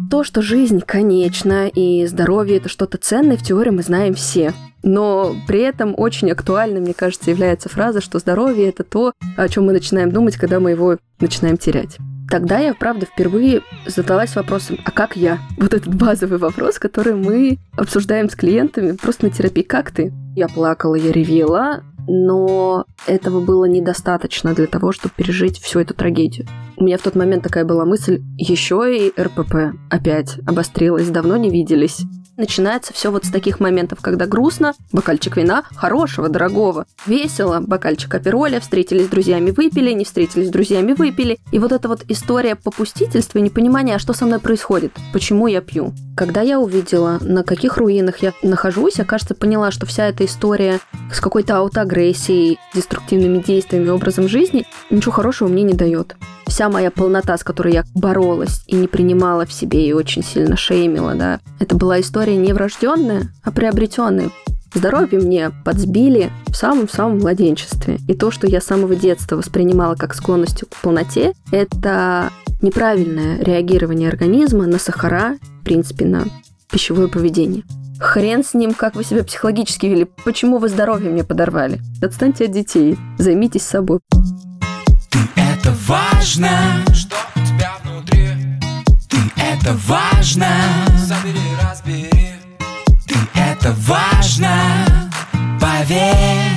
То, что жизнь конечна и здоровье – это что-то ценное, в теории мы знаем все. Но при этом очень актуальной, мне кажется, является фраза, что здоровье – это то, о чем мы начинаем думать, когда мы его начинаем терять. Тогда я, правда, впервые задалась вопросом, а как я? Вот этот базовый вопрос, который мы обсуждаем с клиентами просто на терапии. Как ты? Я плакала, я ревела, но этого было недостаточно для того, чтобы пережить всю эту трагедию. У меня в тот момент такая была мысль, еще и РПП опять обострилась, давно не виделись. Начинается все вот с таких моментов, когда грустно, бокальчик вина, хорошего, дорогого, весело, бокальчик апероля, встретились с друзьями, выпили, не встретились с друзьями, выпили. И вот эта вот история попустительства и непонимания, а что со мной происходит, почему я пью. Когда я увидела, на каких руинах я нахожусь, я, кажется, поняла, что вся эта история с какой-то аутоагрессией, деструктивными действиями, образом жизни ничего хорошего мне не дает. Вся моя полнота, с которой я боролась и не принимала в себе, и очень сильно шеймила, да, это была история не врожденная, а приобретенная. Здоровье мне подсбили в самом-самом младенчестве. И то, что я с самого детства воспринимала как склонностью к полноте, это неправильное реагирование организма на сахара, в принципе, на пищевое поведение. Хрен с ним, как вы себя психологически вели, почему вы здоровье мне подорвали. Отстаньте от детей, займитесь собой. Это важно, что у тебя внутри. Ты это важно. Забери, разбери. Ты это важно. Поверь.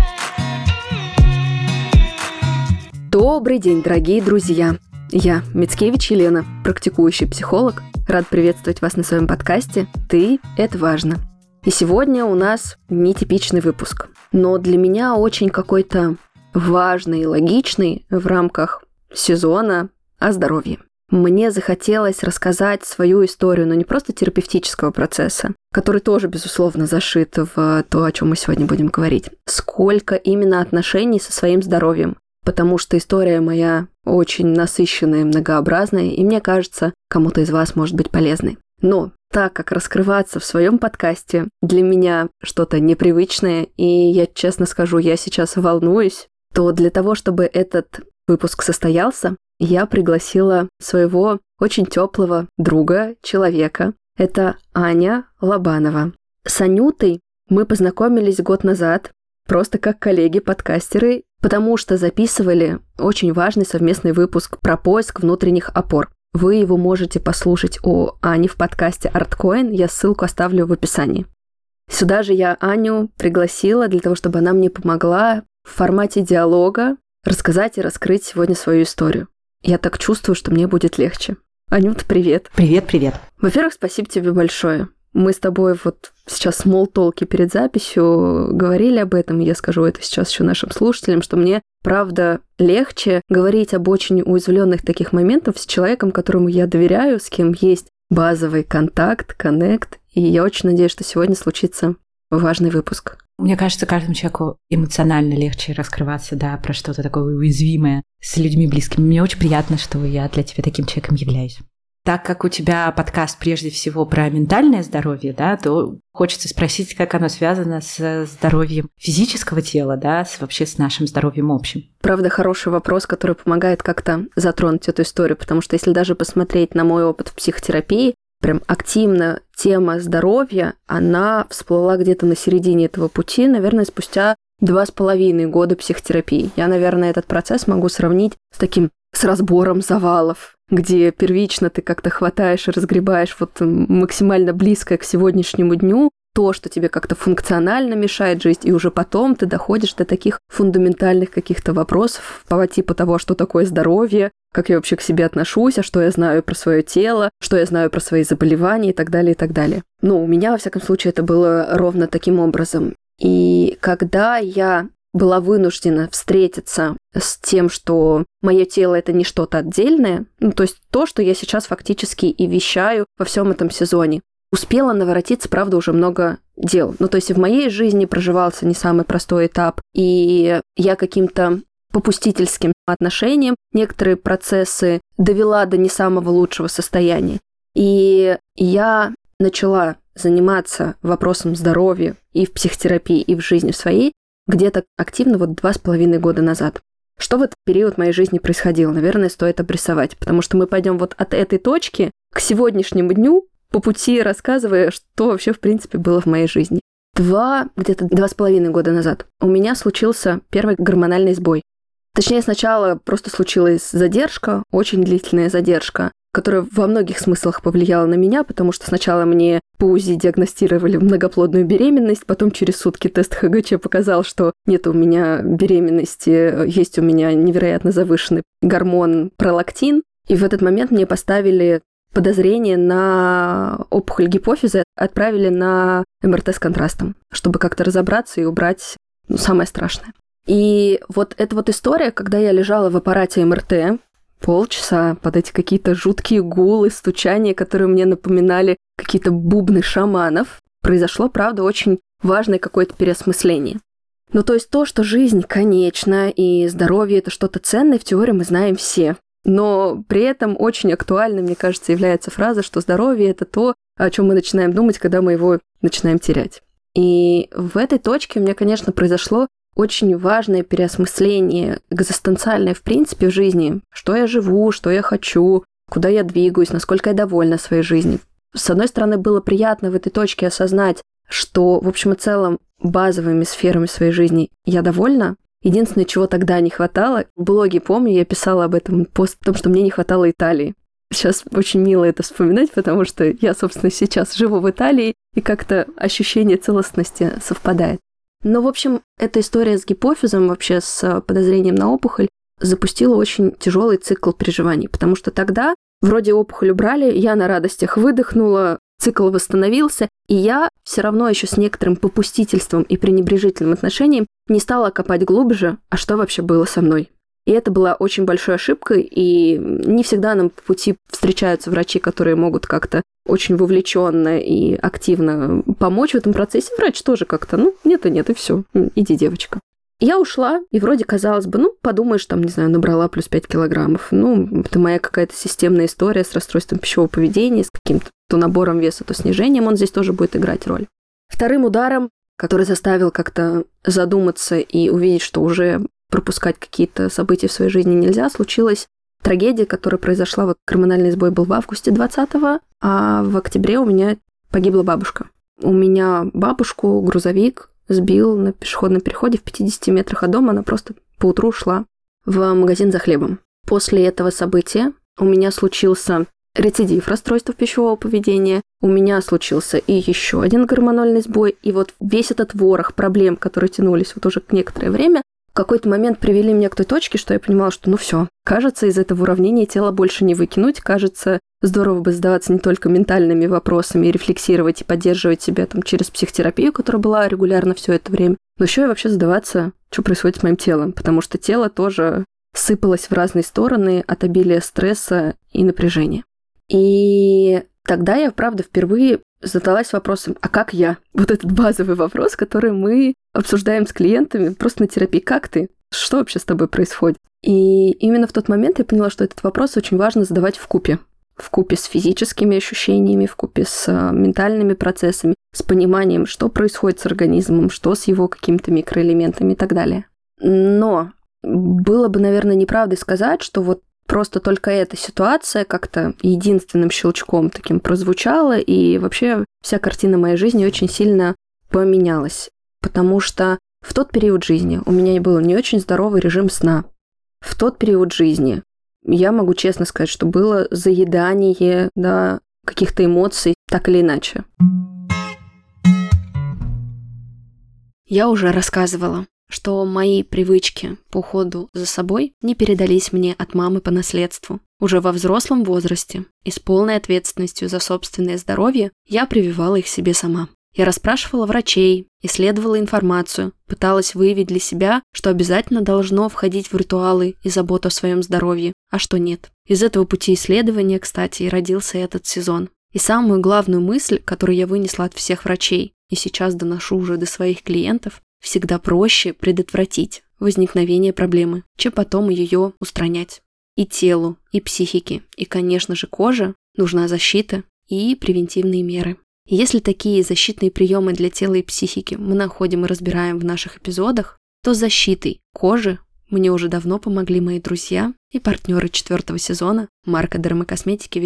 Добрый день, дорогие друзья. Я Мицкевич Елена, практикующий психолог. Рад приветствовать вас на своем подкасте «Ты – это важно». И сегодня у нас нетипичный выпуск, но для меня очень какой-то важный и логичный в рамках сезона о здоровье. Мне захотелось рассказать свою историю, но не просто терапевтического процесса, который тоже, безусловно, зашит в то, о чем мы сегодня будем говорить, сколько именно отношений со своим здоровьем, потому что история моя очень насыщенная и многообразная, и мне кажется, кому-то из вас может быть полезной. Но так как раскрываться в своем подкасте для меня что-то непривычное, и я честно скажу, я сейчас волнуюсь, то для того, чтобы этот выпуск состоялся, я пригласила своего очень теплого друга, человека. Это Аня Лобанова. С Анютой мы познакомились год назад, просто как коллеги-подкастеры, потому что записывали очень важный совместный выпуск про поиск внутренних опор. Вы его можете послушать у Ани в подкасте ArtCoin, я ссылку оставлю в описании. Сюда же я Аню пригласила для того, чтобы она мне помогла в формате диалога рассказать и раскрыть сегодня свою историю. Я так чувствую, что мне будет легче. Анюта, привет. Привет. Во-первых, спасибо тебе большое. Мы с тобой вот сейчас в смолл-толке перед записью говорили об этом, и я скажу это сейчас еще нашим слушателям, что мне, правда, легче говорить об очень уязвленных таких моментах с человеком, которому я доверяю, с кем есть базовый контакт, коннект, и я очень надеюсь, что сегодня случится важный выпуск. Мне кажется, каждому человеку эмоционально легче раскрываться, да, про что-то такое уязвимое с людьми близкими. Мне очень приятно, что я для тебя таким человеком являюсь. Так как у тебя подкаст прежде всего про ментальное здоровье, да, то хочется спросить, как оно связано с здоровьем физического тела, да, вообще с нашим здоровьем общим. Правда, хороший вопрос, который помогает как-то затронуть эту историю, потому что если даже посмотреть на мой опыт в психотерапии, прям активно тема здоровья, она всплыла где-то на середине этого пути, наверное, спустя 2,5 года психотерапии. Я, наверное, этот процесс могу сравнить с разбором завалов, где первично ты как-то хватаешь и разгребаешь вот максимально близкое к сегодняшнему дню то, что тебе как-то функционально мешает жить, и уже потом ты доходишь до таких фундаментальных каких-то вопросов по типу того, что такое здоровье, как я вообще к себе отношусь, а что я знаю про свое тело, что я знаю про свои заболевания и так далее, и так далее. Ну, у меня, во всяком случае, это было ровно таким образом. И когда я была вынуждена встретиться с тем, что мое тело – это не что-то отдельное, ну, то есть то, что я сейчас фактически и вещаю во всем этом сезоне, успела наворотиться, правда, уже много дел. Ну, то есть в моей жизни проживался не самый простой этап, и я каким-то попустительским отношением некоторые процессы довела до не самого лучшего состояния. И я начала заниматься вопросом здоровья и в психотерапии, и в жизни своей где-то активно вот 2,5 года назад. Что в этот период моей жизни происходило, наверное, стоит обрисовать, потому что мы пойдем вот от этой точки к сегодняшнему дню, по пути рассказывая, что вообще, в принципе, было в моей жизни. Где-то 2,5 года назад у меня случился первый гормональный сбой. Точнее, сначала просто случилась задержка, очень длительная задержка, которая во многих смыслах повлияла на меня, потому что сначала мне по УЗИ диагностировали многоплодную беременность, потом через сутки тест ХГЧ показал, что нет у меня беременности, есть у меня невероятно завышенный гормон пролактин. И в этот момент мне поставили подозрение на опухоль гипофиза, отправили на МРТ с контрастом, чтобы как-то разобраться и убрать самое страшное. И вот эта вот история, когда я лежала в аппарате МРТ полчаса под эти какие-то жуткие гулы, стучания, которые мне напоминали какие-то бубны шаманов, произошло, правда, очень важное какое-то переосмысление. Ну, то есть то, что жизнь конечна и здоровье – это что-то ценное, в теории мы знаем все. Но при этом очень актуальной, мне кажется, является фраза, что здоровье – это то, о чем мы начинаем думать, когда мы его начинаем терять. И в этой точке у меня, конечно, произошло очень важное переосмысление экзистенциальное в принципе в жизни. Что я живу, что я хочу, куда я двигаюсь, насколько я довольна своей жизнью. С одной стороны, было приятно в этой точке осознать, что, в общем и целом, базовыми сферами своей жизни я довольна. Единственное, чего тогда не хватало, в блоге, помню, я писала об этом пост, о том, что мне не хватало Италии. Сейчас очень мило это вспоминать, потому что я, собственно, сейчас живу в Италии, и как-то ощущение целостности совпадает. Но, в общем, эта история с гипофизом, вообще с подозрением на опухоль, запустила очень тяжелый цикл переживаний, потому что тогда вроде опухоль убрали, я на радостях выдохнула, цикл восстановился, и я все равно еще с некоторым попустительством и пренебрежительным отношением не стала копать глубже, а что вообще было со мной. И это была очень большой ошибкой, и не всегда нам по пути встречаются врачи, которые могут как-то очень вовлеченно и активно помочь в этом процессе. Врач тоже как-то, нет и все, иди, девочка. Я ушла, и вроде казалось бы, подумаешь, там, не знаю, набрала плюс 5 килограммов. Это моя какая-то системная история с расстройством пищевого поведения, с каким-то то набором веса, то снижением, он здесь тоже будет играть роль. Вторым ударом, который заставил как-то задуматься и увидеть, что уже пропускать какие-то события в своей жизни нельзя, случилась трагедия, которая произошла, гормональный сбой был в августе 2020, а в октябре у меня погибла бабушка. У меня бабушку грузовик сбил на пешеходном переходе в 50 метрах от дома, она просто поутру шла в магазин за хлебом. После этого события у меня случился рецидив расстройства пищевого поведения, у меня случился и еще один гормональный сбой, и вот весь этот ворох проблем, которые тянулись уже некоторое время, в какой-то момент привели меня к той точке, что я понимала, что все, кажется, из этого уравнения тело больше не выкинуть, кажется, здорово бы задаваться не только ментальными вопросами, рефлексировать и поддерживать себя через психотерапию, которая была регулярно все это время, но еще и вообще задаваться, что происходит с моим телом, потому что тело тоже сыпалось в разные стороны от обилия стресса и напряжения. И тогда я, правда, впервые задалась вопросом, а как я? Вот этот базовый вопрос, который мы обсуждаем с клиентами просто на терапии. Как ты? Что вообще с тобой происходит? И именно в тот момент я поняла, что этот вопрос очень важно задавать вкупе. Вкупе с физическими ощущениями, вкупе с ментальными процессами, с пониманием, что происходит с организмом, что с его какими-то микроэлементами и так далее. Но было бы, наверное, неправдой сказать, что просто только эта ситуация как-то единственным щелчком таким прозвучала, и вообще вся картина моей жизни очень сильно поменялась. Потому что в тот период жизни у меня был не очень здоровый режим сна. В тот период жизни я могу честно сказать, что было заедание каких-то эмоций так или иначе. Я уже рассказывала, что мои привычки по уходу за собой не передались мне от мамы по наследству. Уже во взрослом возрасте и с полной ответственностью за собственное здоровье я прививала их себе сама. Я расспрашивала врачей, исследовала информацию, пыталась выявить для себя, что обязательно должно входить в ритуалы и заботу о своем здоровье, а что нет. Из этого пути исследования, кстати, и родился этот сезон. И самую главную мысль, которую я вынесла от всех врачей, и сейчас доношу уже до своих клиентов, всегда проще предотвратить возникновение проблемы, чем потом ее устранять. И телу, и психике, и, конечно же, коже нужна защита и превентивные меры. И если такие защитные приемы для тела и психики мы находим и разбираем в наших эпизодах, то с защитой кожи мне уже давно помогли мои друзья и партнеры 4-го сезона марка дермокосметики Виши.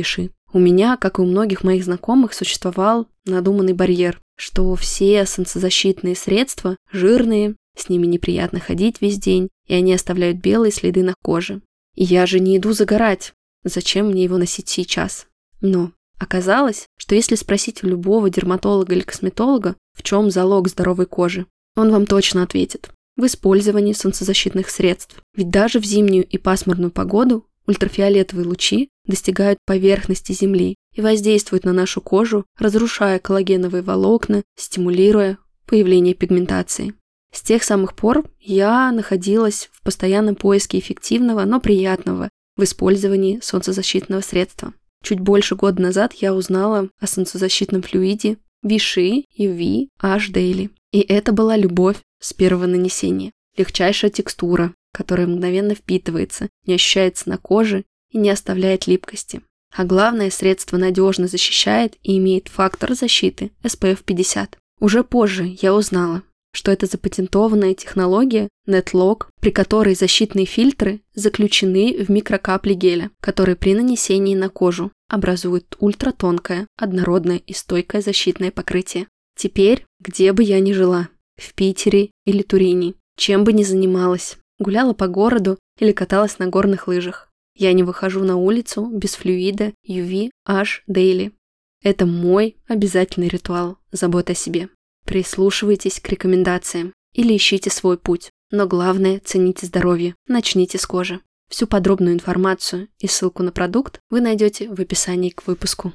У меня, как и у многих моих знакомых, существовал надуманный барьер, что все солнцезащитные средства жирные, с ними неприятно ходить весь день, и они оставляют белые следы на коже. И я же не иду загорать. Зачем мне его носить сейчас? Но оказалось, что если спросить у любого дерматолога или косметолога, в чем залог здоровой кожи, он вам точно ответит: в использовании солнцезащитных средств. Ведь даже в зимнюю и пасмурную погоду ультрафиолетовые лучи достигают поверхности Земли и воздействуют на нашу кожу, разрушая коллагеновые волокна, стимулируя появление пигментации. С тех самых пор я находилась в постоянном поиске эффективного, но приятного в использовании солнцезащитного средства. Чуть больше года назад я узнала о солнцезащитном флюиде Vichy UV H Daily. И это была любовь с первого нанесения. Легчайшая текстура, которая мгновенно впитывается, не ощущается на коже и не оставляет липкости. А главное, средство надежно защищает и имеет фактор защиты SPF 50. Уже позже я узнала, что это запатентованная технология NetLock, при которой защитные фильтры заключены в микрокапли геля, которые при нанесении на кожу образуют ультратонкое, однородное и стойкое защитное покрытие. Теперь, где бы я ни жила, в Питере или Турине, чем бы ни занималась, гуляла по городу или каталась на горных лыжах, я не выхожу на улицу без флюида UV H Daily. Это мой обязательный ритуал заботы о себе. Прислушивайтесь к рекомендациям или ищите свой путь. Но главное, цените здоровье, начните с кожи. Всю подробную информацию и ссылку на продукт вы найдете в описании к выпуску.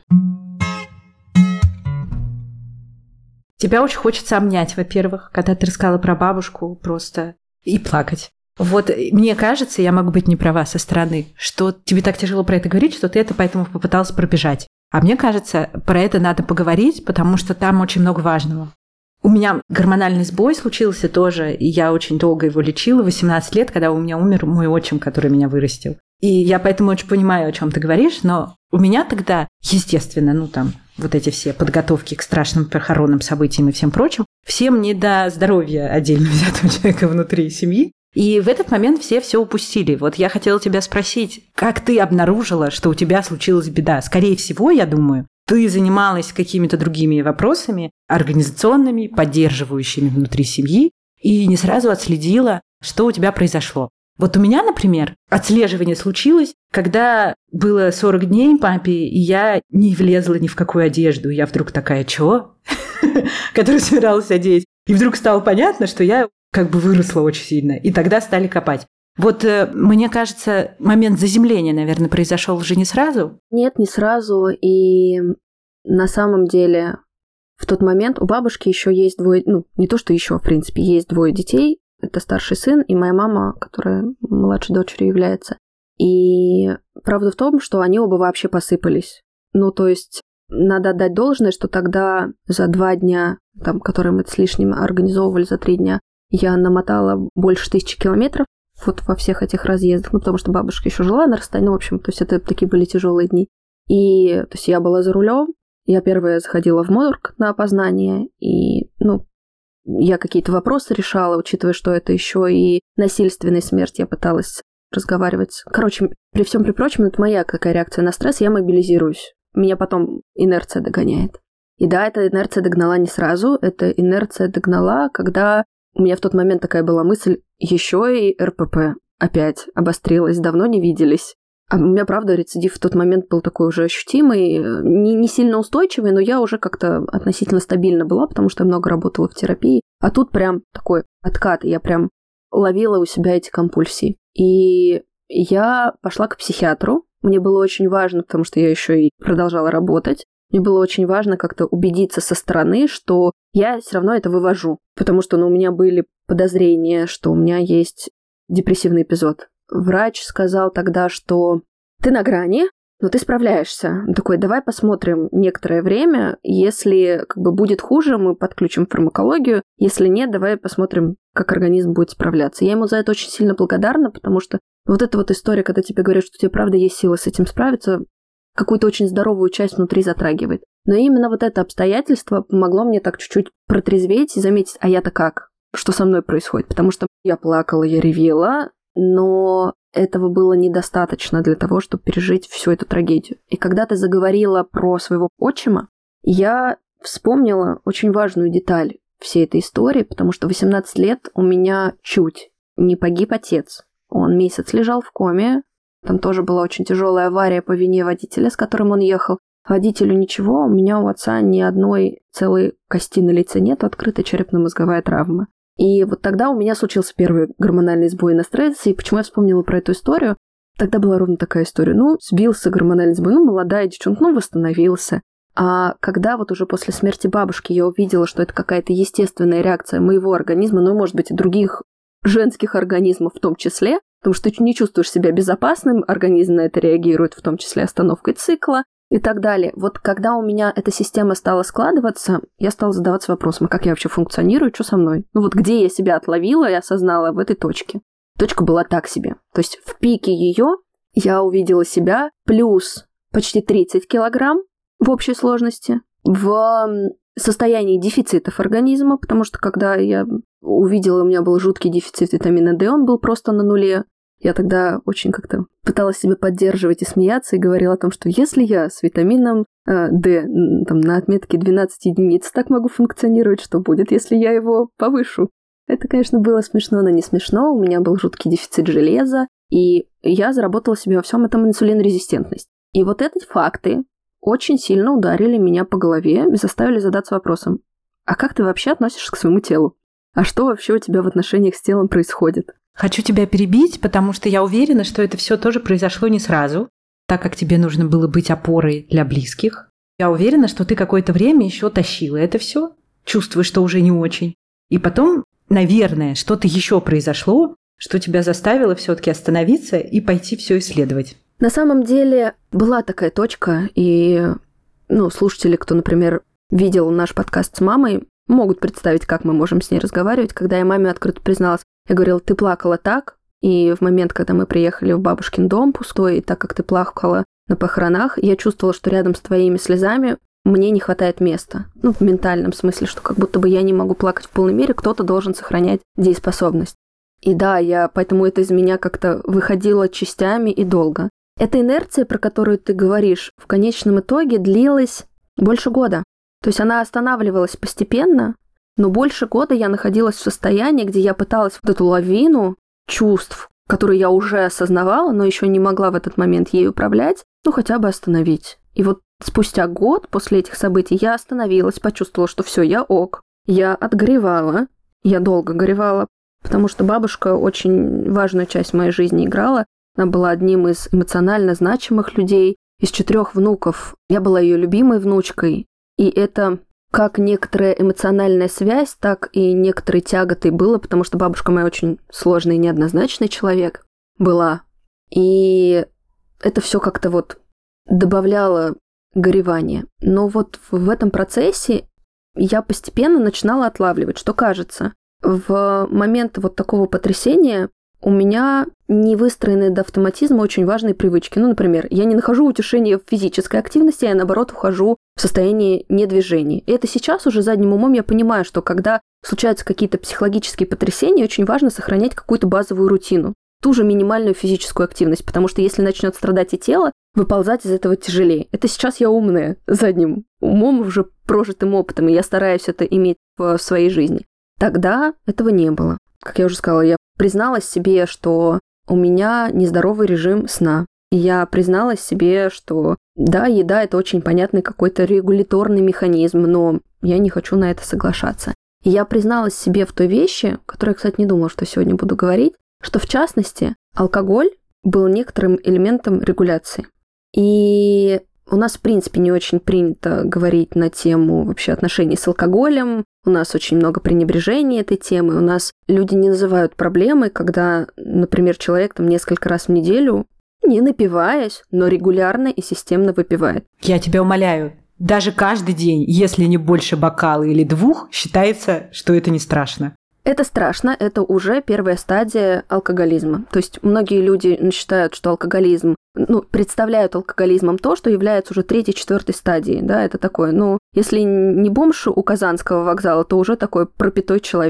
Тебя очень хочется обнять, во-первых, когда ты рассказала про бабушку, просто и плакать. Вот мне кажется, я могу быть не права со стороны, что тебе так тяжело про это говорить, что ты это поэтому попыталась пробежать. А мне кажется, про это надо поговорить, потому что там очень много важного. У меня гормональный сбой случился тоже, и я очень долго его лечила, 18 лет, когда у меня умер мой отчим, который меня вырастил. И я поэтому очень понимаю, о чем ты говоришь, но у меня тогда, естественно, вот эти все подготовки к страшным похоронным событиям и всем прочим, всем не до здоровья отдельно взятого человека внутри семьи. И в этот момент все упустили. Вот я хотела тебя спросить, как ты обнаружила, что у тебя случилась беда? Скорее всего, я думаю, ты занималась какими-то другими вопросами, организационными, поддерживающими внутри семьи, и не сразу отследила, что у тебя произошло. Вот у меня, например, отслеживание случилось, когда было 40 дней папе, и я не влезла ни в какую одежду. Я вдруг такая: чё? Которую собиралась одеть. И вдруг стало понятно, что я выросла очень сильно. И тогда стали копать. Вот мне кажется, момент заземления, наверное, произошел уже не сразу. Нет, не сразу. И на самом деле в тот момент у бабушки еще есть двое, не то что еще, в принципе, есть двое детей. Это старший сын и моя мама, которая младшей дочерью является. И правда в том, что они оба вообще посыпались. То есть надо отдать должное, что тогда за 2 дня, которые мы с лишним организовывали, за 3 дня, я намотала больше 1000 километров вот во всех этих разъездах, потому что бабушка еще жила на расстоянии, в общем, то есть это такие были тяжелые дни. И то есть я была за рулем, я первая заходила в морг на опознание, и, я какие-то вопросы решала, учитывая, что это еще и насильственная смерть, я пыталась разговаривать. Короче, при всем при прочем, это моя какая реакция на стресс, я мобилизируюсь. Меня потом инерция догоняет. И да, эта инерция догнала не сразу, эта инерция догнала, когда у меня в тот момент такая была мысль: еще и РПП опять обострилась, давно не виделись. А у меня, правда, рецидив в тот момент был такой уже ощутимый, не сильно устойчивый, но я уже как-то относительно стабильно была, потому что я много работала в терапии. А тут прям такой откат, я прям ловила у себя эти компульсии. И я пошла к психиатру. Мне было очень важно, потому что я еще и продолжала работать. Мне было очень важно как-то убедиться со стороны, что я все равно это вывожу. Потому что у меня были подозрения, что у меня есть депрессивный эпизод. Врач сказал тогда, что ты на грани, но ты справляешься. Он такой: давай посмотрим некоторое время. Если будет хуже, мы подключим фармакологию. Если нет, давай посмотрим, как организм будет справляться. Я ему за это очень сильно благодарна, потому что вот эта вот история, когда тебе говорят, что тебе правда есть сила с этим справиться, какую-то очень здоровую часть внутри затрагивает. Но именно вот это обстоятельство помогло мне так чуть-чуть протрезветь и заметить: а я-то как? Что со мной происходит? Потому что я плакала, я ревела, но этого было недостаточно для того, чтобы пережить всю эту трагедию. И когда ты заговорила про своего отчима, я вспомнила очень важную деталь всей этой истории, потому что 18 лет у меня чуть не погиб отец. Он месяц лежал в коме, там тоже была очень тяжелая авария по вине водителя, с которым он ехал. Водителю ничего, у меня у отца ни одной целой кости на лице нет, открытая черепно-мозговая травма. И вот тогда у меня случился первый гормональный сбой на стрессе. И почему я вспомнила про эту историю? Тогда была ровно такая история. Сбился гормональный сбой, молодая девчонка, восстановился. А когда вот уже после смерти бабушки я увидела, что это какая-то естественная реакция моего организма, может быть, и других женских организмов в том числе, потому что ты не чувствуешь себя безопасным, организм на это реагирует, в том числе остановкой цикла и так далее. Вот когда у меня эта система стала складываться, я стала задаваться вопросом, как я вообще функционирую, что со мной? Где я себя отловила и осознала в этой точке. Точка была так себе. То есть в пике ее я увидела себя плюс почти 30 килограмм в общей сложности, в состоянии дефицитов организма, потому что когда я увидела, у меня был жуткий дефицит витамина D, он был просто на нуле. Я тогда очень как-то пыталась себя поддерживать и смеяться, и говорила о том, что если я с витамином D на отметке 12 единиц так могу функционировать, что будет, если я его повышу? Это, конечно, было смешно, но не смешно. У меня был жуткий дефицит железа, и я заработала себе во всем этом инсулинорезистентность. И вот эти факты очень сильно ударили меня по голове и заставили задаться вопросом, а как ты вообще относишься к своему телу? А что вообще у тебя в отношениях с телом происходит? Хочу тебя перебить, потому что я уверена, что это все тоже произошло не сразу, так как тебе нужно было быть опорой для близких. Я уверена, что ты какое-то время еще тащила это все, чувствуя, что уже не очень. И потом, наверное, что-то еще произошло, что тебя заставило все-таки остановиться и пойти все исследовать. На самом деле была такая точка, и слушатели, кто, например, видел наш подкаст с мамой, могут представить, как мы можем с ней разговаривать. Когда я маме открыто призналась, я говорила, ты плакала так, и в момент, когда мы приехали в бабушкин дом пустой, и так как ты плакала на похоронах, я чувствовала, что рядом с твоими слезами мне не хватает места. В ментальном смысле, что как будто бы я не могу плакать в полной мере, кто-то должен сохранять дееспособность. И да, поэтому это из меня как-то выходило частями и долго. Эта инерция, про которую ты говоришь, в конечном итоге длилась больше года. То есть она останавливалась постепенно, но больше года я находилась в состоянии, где я пыталась вот эту лавину чувств, которые я уже осознавала, но еще не могла в этот момент ей управлять, хотя бы остановить. И вот спустя год после этих событий я остановилась, почувствовала, что все, я ок. Я отгоревала, я долго горевала, потому что бабушка очень важную часть моей жизни играла. Она была одним из эмоционально значимых людей. Из 4 внуков я была ее любимой внучкой. И это как некоторая эмоциональная связь, так и некоторой тяготой было, потому что бабушка моя очень сложный и неоднозначный человек была. И это все как-то добавляло горевание. Но в этом процессе я постепенно начинала отлавливать, что кажется, в момент такого потрясения у меня не выстроены до автоматизма очень важные привычки. Например, я не нахожу утешения в физической активности, а наоборот ухожу в состояние недвижения. И это сейчас уже задним умом я понимаю, что когда случаются какие-то психологические потрясения, очень важно сохранять какую-то базовую рутину, ту же минимальную физическую активность, потому что если начнет страдать и тело, выползать из этого тяжелее. Это сейчас я умная, задним умом, уже прожитым опытом, и я стараюсь это иметь в своей жизни. Тогда этого не было. Как я уже сказала, я призналась себе, что у меня нездоровый режим сна. И я призналась себе, что да, еда – это очень понятный какой-то регуляторный механизм, но я не хочу на это соглашаться. И я призналась себе в той вещи, которую я, кстати, не думала, что сегодня буду говорить, что, в частности, алкоголь был некоторым элементом регуляции. И у нас, в принципе, не очень принято говорить на тему вообще отношений с алкоголем. У нас очень много пренебрежения этой темы. У нас люди не называют проблемой, когда, например, человек несколько раз в неделю, не напиваясь, но регулярно и системно выпивает. Я тебя умоляю, даже каждый день, если не больше бокала или 2, считается, что это не страшно. Это страшно, это уже первая стадия алкоголизма. То есть многие люди считают, что алкоголизм, представляют алкоголизмом то, что является уже 3-4 стадией. Да, это такое, если не бомж у Казанского вокзала, то уже такой пропитой человек.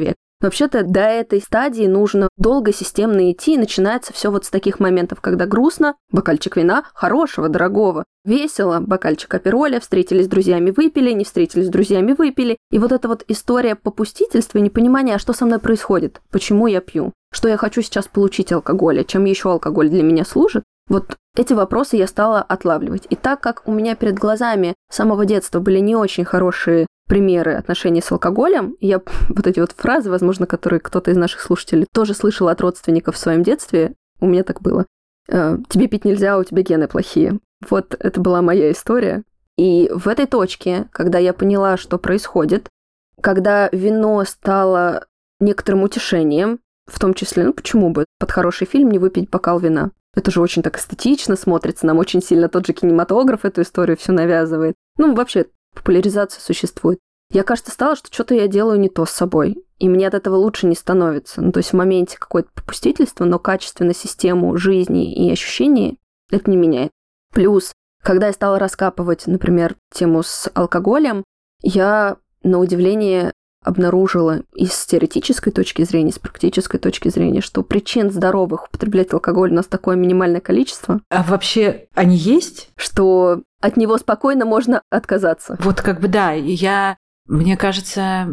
Но вообще-то до этой стадии нужно долго, системно идти, и начинается все вот с таких моментов, когда грустно, бокальчик вина, хорошего, дорогого, весело, бокальчик апероля, встретились с друзьями, выпили, не встретились с друзьями, выпили. И вот эта вот история попустительства и непонимания, а что со мной происходит, почему я пью, что я хочу сейчас получить алкоголя, чем еще алкоголь для меня служит. Вот эти вопросы я стала отлавливать. И так как у меня перед глазами с самого детства были не очень хорошие примеры отношений с алкоголем, я вот эти вот фразы, возможно, которые кто-то из наших слушателей тоже слышал от родственников в своем детстве, у меня так было. Тебе пить нельзя, у тебя гены плохие. Вот это была моя история. И в этой точке, когда я поняла, что происходит, когда вино стало некоторым утешением, в том числе, почему бы под хороший фильм не выпить бокал вина? Это же очень так эстетично смотрится, нам очень сильно тот же кинематограф эту историю все навязывает. Вообще, популяризация существует. Я, кажется, стала, что что-то я делаю не то с собой, и мне от этого лучше не становится. То есть в моменте какое-то попустительство, но качественно систему жизни и ощущений это не меняет. Плюс, когда я стала раскапывать, например, тему с алкоголем, я, на удивление, обнаружила и с теоретической точки зрения, и с практической точки зрения, что причин здоровых употреблять алкоголь у нас такое минимальное количество. А вообще они есть? Что от него спокойно можно отказаться. Вот да, мне кажется,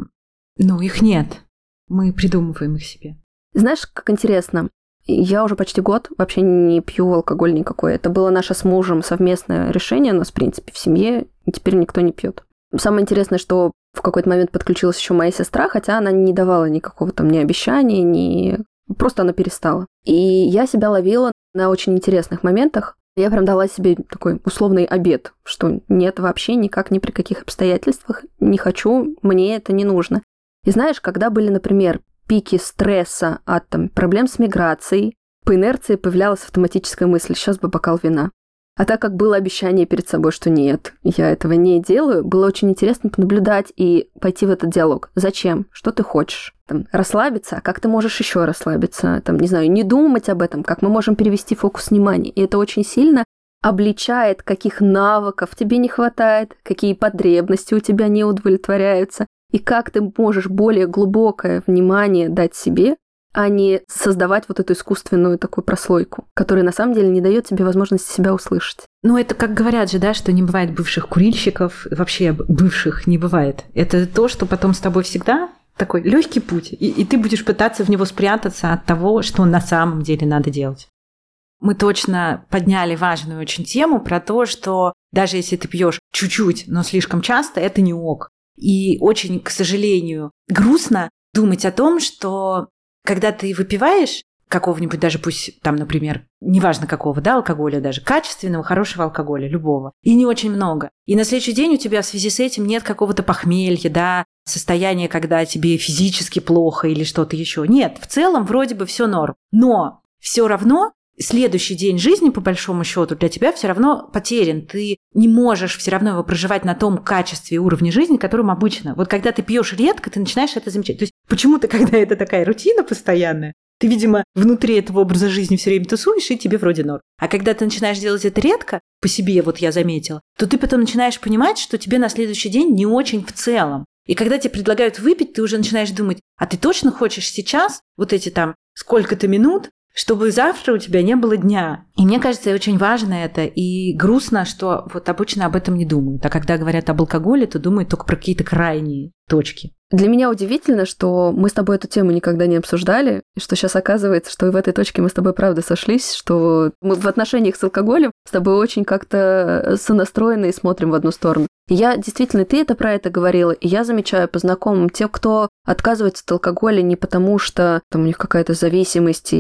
их нет. Мы придумываем их себе. Знаешь, как интересно, я уже почти год вообще не пью алкоголь никакой. Это было наше с мужем совместное решение у нас, в принципе, в семье, и теперь никто не пьет. Самое интересное, что в какой-то момент подключилась еще моя сестра, хотя она не давала никакого там ни обещания, ни... Просто она перестала. И я себя ловила на очень интересных моментах. Я прям дала себе такой условный обет, что нет, вообще никак, ни при каких обстоятельствах не хочу, мне это не нужно. И знаешь, когда были, например, пики стресса от проблем с миграцией, по инерции появлялась автоматическая мысль: сейчас бы бокал вина. А так как было обещание перед собой, что нет, я этого не делаю, было очень интересно понаблюдать и пойти в этот диалог. Зачем? Что ты хочешь? Расслабиться? А как ты можешь еще расслабиться? Не знаю, не думать об этом, как мы можем перевести фокус внимания. И это очень сильно обличает, каких навыков тебе не хватает, какие потребности у тебя не удовлетворяются, и как ты можешь более глубокое внимание дать себе, а не создавать вот эту искусственную такую прослойку, которая на самом деле не дает тебе возможности себя услышать. Это как говорят же, да, что не бывает бывших курильщиков, вообще бывших не бывает. Это то, что потом с тобой всегда такой легкий путь, и ты будешь пытаться в него спрятаться от того, что на самом деле надо делать. Мы точно подняли важную очень тему про то, что даже если ты пьешь чуть-чуть, но слишком часто, это не ок. И очень, к сожалению, грустно думать о том, что когда ты выпиваешь какого-нибудь, даже пусть например, неважно какого, да, алкоголя даже, качественного, хорошего алкоголя, любого, и не очень много. И на следующий день у тебя в связи с этим нет какого-то похмелья, да, состояния, когда тебе физически плохо или что-то еще. Нет, в целом вроде бы все норм. Но все равно следующий день жизни, по большому счету, для тебя все равно потерян. Ты не можешь все равно его проживать на том качестве и уровне жизни, которым обычно. Вот когда ты пьешь редко, ты начинаешь это замечать. То есть почему-то, когда это такая рутина постоянная, ты, видимо, внутри этого образа жизни все время тусуешь, и тебе вроде норм. А когда ты начинаешь делать это редко, по себе вот я заметила, то ты потом начинаешь понимать, что тебе на следующий день не очень в целом. И когда тебе предлагают выпить, ты уже начинаешь думать: а ты точно хочешь сейчас вот эти сколько-то минут, чтобы завтра у тебя не было дня. И мне кажется, очень важно это, и грустно, что вот обычно об этом не думают. А когда говорят об алкоголе, то думают только про какие-то крайние точки. Для меня удивительно, что мы с тобой эту тему никогда не обсуждали, и что сейчас оказывается, что и в этой точке мы с тобой правда сошлись, что мы в отношениях с алкоголем с тобой очень как-то сонастроены и смотрим в одну сторону. И я действительно, ты про это говорила, и я замечаю по знакомым, те, кто отказывается от алкоголя не потому, что у них какая-то зависимость,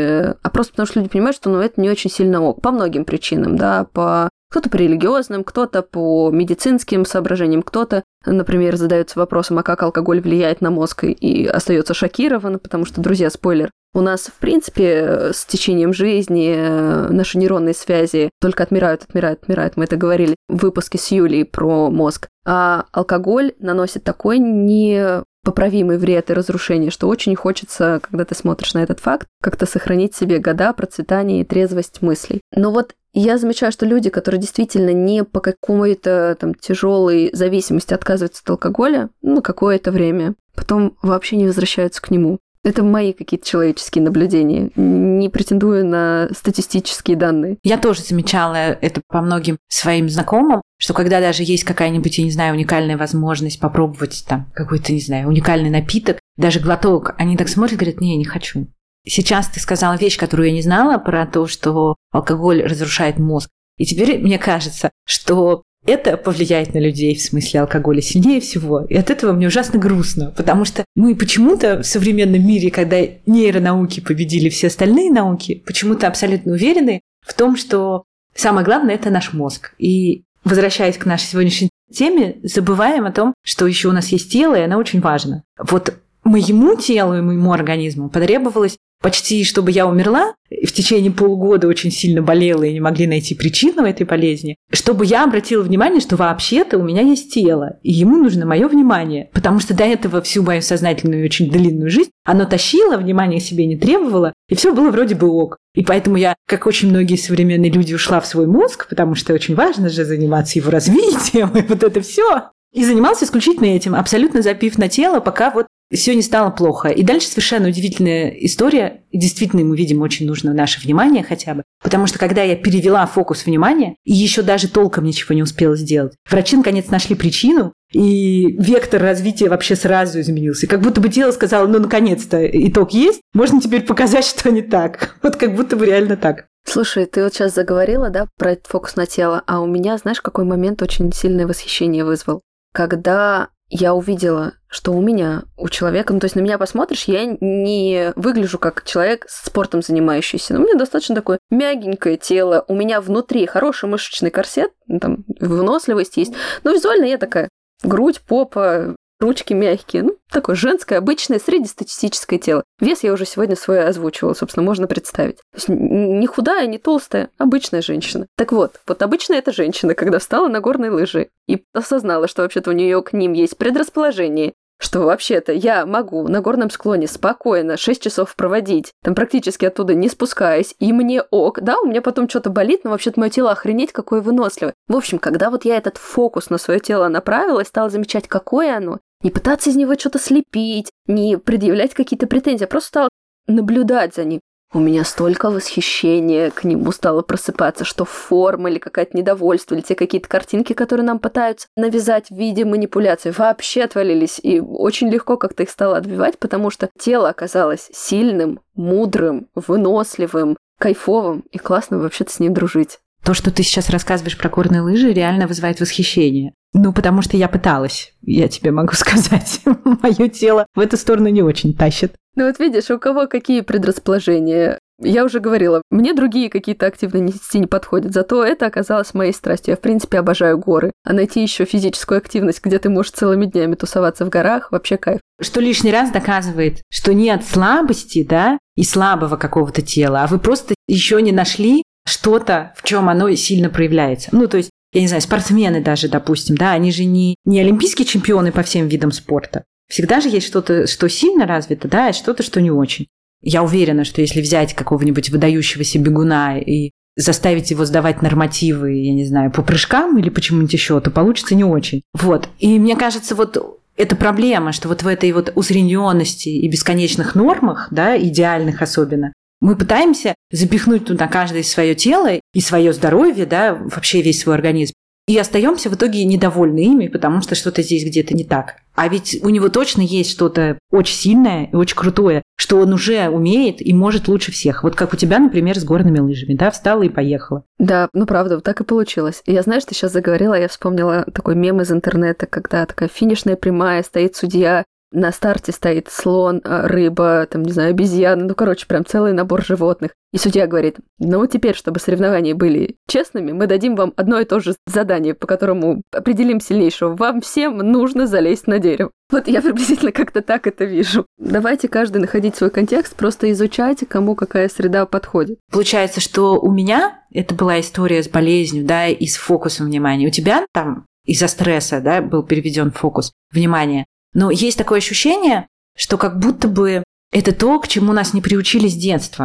а просто потому, что люди понимают, что это не очень сильно ок. По многим причинам, да, кто-то по религиозным, кто-то по медицинским соображениям, кто-то, например, задается вопросом, а как алкоголь влияет на мозг, и остается шокирован, потому что, друзья, спойлер, у нас, в принципе, с течением жизни наши нейронные связи только отмирают. Мы это говорили в выпуске с Юлей про мозг. А алкоголь наносит такой непоправимый вред и разрушение, что очень хочется, когда ты смотришь на этот факт, как-то сохранить себе года процветания и трезвость мыслей. Но вот Я замечаю, что люди, которые действительно не по какой-то там тяжелой зависимости отказываются от алкоголя, какое-то время, потом вообще не возвращаются к нему. Это мои какие-то человеческие наблюдения. Не претендую на статистические данные. Я тоже замечала это по многим своим знакомым, что когда даже есть какая-нибудь, я не знаю, уникальная возможность попробовать там какой-то, не знаю, уникальный напиток, даже глоток, они так смотрят и говорят: не хочу. Сейчас ты сказала вещь, которую я не знала, про то, что алкоголь разрушает мозг. И теперь мне кажется, что это повлияет на людей, в смысле алкоголя, сильнее всего. И от этого мне ужасно грустно, потому что мы почему-то в современном мире, когда нейронауки победили все остальные науки, почему-то абсолютно уверены в том, что самое главное – это наш мозг. И, возвращаясь к нашей сегодняшней теме, забываем о том, что еще у нас есть тело, и оно очень важно. Вот моему телу и моему организму потребовалось почти, чтобы я умерла, в течение полугода очень сильно болела и не могли найти причину этой болезни, чтобы я обратила внимание, что вообще-то у меня есть тело, и ему нужно мое внимание, потому что до этого всю мою сознательную и очень длинную жизнь оно тащило, внимания себе не требовало, и все было вроде бы ок. И поэтому я, как очень многие современные люди, ушла в свой мозг, потому что очень важно же заниматься его развитием, и вот это все. И занимался исключительно этим, абсолютно запив на тело, пока вот все не стало плохо. И дальше совершенно удивительная история. Действительно, ему, видимо, очень нужно наше внимание хотя бы. Потому что когда я перевела фокус внимания, и еще даже толком ничего не успела сделать, врачи наконец нашли причину, и вектор развития вообще сразу изменился. И как будто бы тело сказало: наконец-то итог есть, можно теперь показать, что не так. Вот как будто бы реально так. Слушай, ты вот сейчас заговорила, да, про этот фокус на тело, а у меня, знаешь, какой момент очень сильное восхищение вызвал? Когда я увидела, что у человека, то есть на меня посмотришь, я не выгляжу как человек спортом занимающийся, но у меня достаточно такое мягенькое тело, у меня внутри хороший мышечный корсет, там выносливость есть, но визуально я такая: грудь, попа, ручки мягкие, такое женское, обычное, среднестатистическое тело. Вес я уже сегодня свой озвучивала, собственно, можно представить. То есть не худая, не толстая, обычная женщина. Так вот обычная эта женщина, когда встала на горные лыжи и осознала, что вообще-то у нее к ним есть предрасположение, что вообще-то я могу на горном склоне спокойно 6 часов проводить, там практически оттуда не спускаясь, и мне ок. Да, у меня потом что-то болит, но вообще-то мое тело охренеть какое выносливое. В общем, когда вот я этот фокус на свое тело направила и стала замечать, какое оно, не пытаться из него что-то слепить, не предъявлять какие-то претензии, а просто стала наблюдать за ним. У меня столько восхищения к нему стало просыпаться, что форма или какое-то недовольство, или те какие-то картинки, которые нам пытаются навязать в виде манипуляций, вообще отвалились. И очень легко как-то их стало отбивать, потому что тело оказалось сильным, мудрым, выносливым, кайфовым, и классно вообще-то с ним дружить. То, что ты сейчас рассказываешь про горные лыжи, реально вызывает восхищение. Потому что я пыталась, я тебе могу сказать. Мое тело в эту сторону не очень тащит. Вот видишь, у кого какие предрасположения. Я уже говорила, мне другие какие-то активности не подходят, зато это оказалось моей страстью. Я, в принципе, обожаю горы. А найти еще физическую активность, где ты можешь целыми днями тусоваться в горах, вообще кайф. Что лишний раз доказывает, что нет слабости, да, и слабого какого-то тела, а вы просто еще не нашли что-то, в чем оно сильно проявляется. То есть, я не знаю, спортсмены даже, допустим, да, они же не олимпийские чемпионы по всем видам спорта. Всегда же есть что-то, что сильно развито, да, и что-то, что не очень. Я уверена, что если взять какого-нибудь выдающегося бегуна и заставить его сдавать нормативы, я не знаю, по прыжкам или по чему-нибудь еще, то получится не очень. И мне кажется, это проблема, что в этой усредненности и бесконечных нормах, да, идеальных особенно, мы пытаемся запихнуть туда каждое свое тело и свое здоровье, да, вообще весь свой организм. И остаемся в итоге недовольны ими, потому что что-то здесь где-то не так. А ведь у него точно есть что-то очень сильное и очень крутое, что он уже умеет и может лучше всех. Вот как у тебя, например, с горными лыжами, да, встала и поехала. Да, правда, вот так и получилось. И я, знаешь, ты сейчас заговорила, я вспомнила такой мем из интернета, когда такая финишная прямая, стоит судья, на старте стоит слон, рыба, там, не знаю, обезьяна, прям целый набор животных. И судья говорит: теперь, чтобы соревнования были честными, мы дадим вам одно и то же задание, по которому определим сильнейшего. Вам всем нужно залезть на дерево. Я приблизительно как-то так это вижу. Давайте каждый находить свой контекст, просто изучайте, кому какая среда подходит. Получается, что у меня это была история с болезнью, да, и с фокусом внимания. У тебя там из-за стресса, да, был переведен фокус внимания. Но есть такое ощущение, что как будто бы это то, к чему нас не приучили с детства.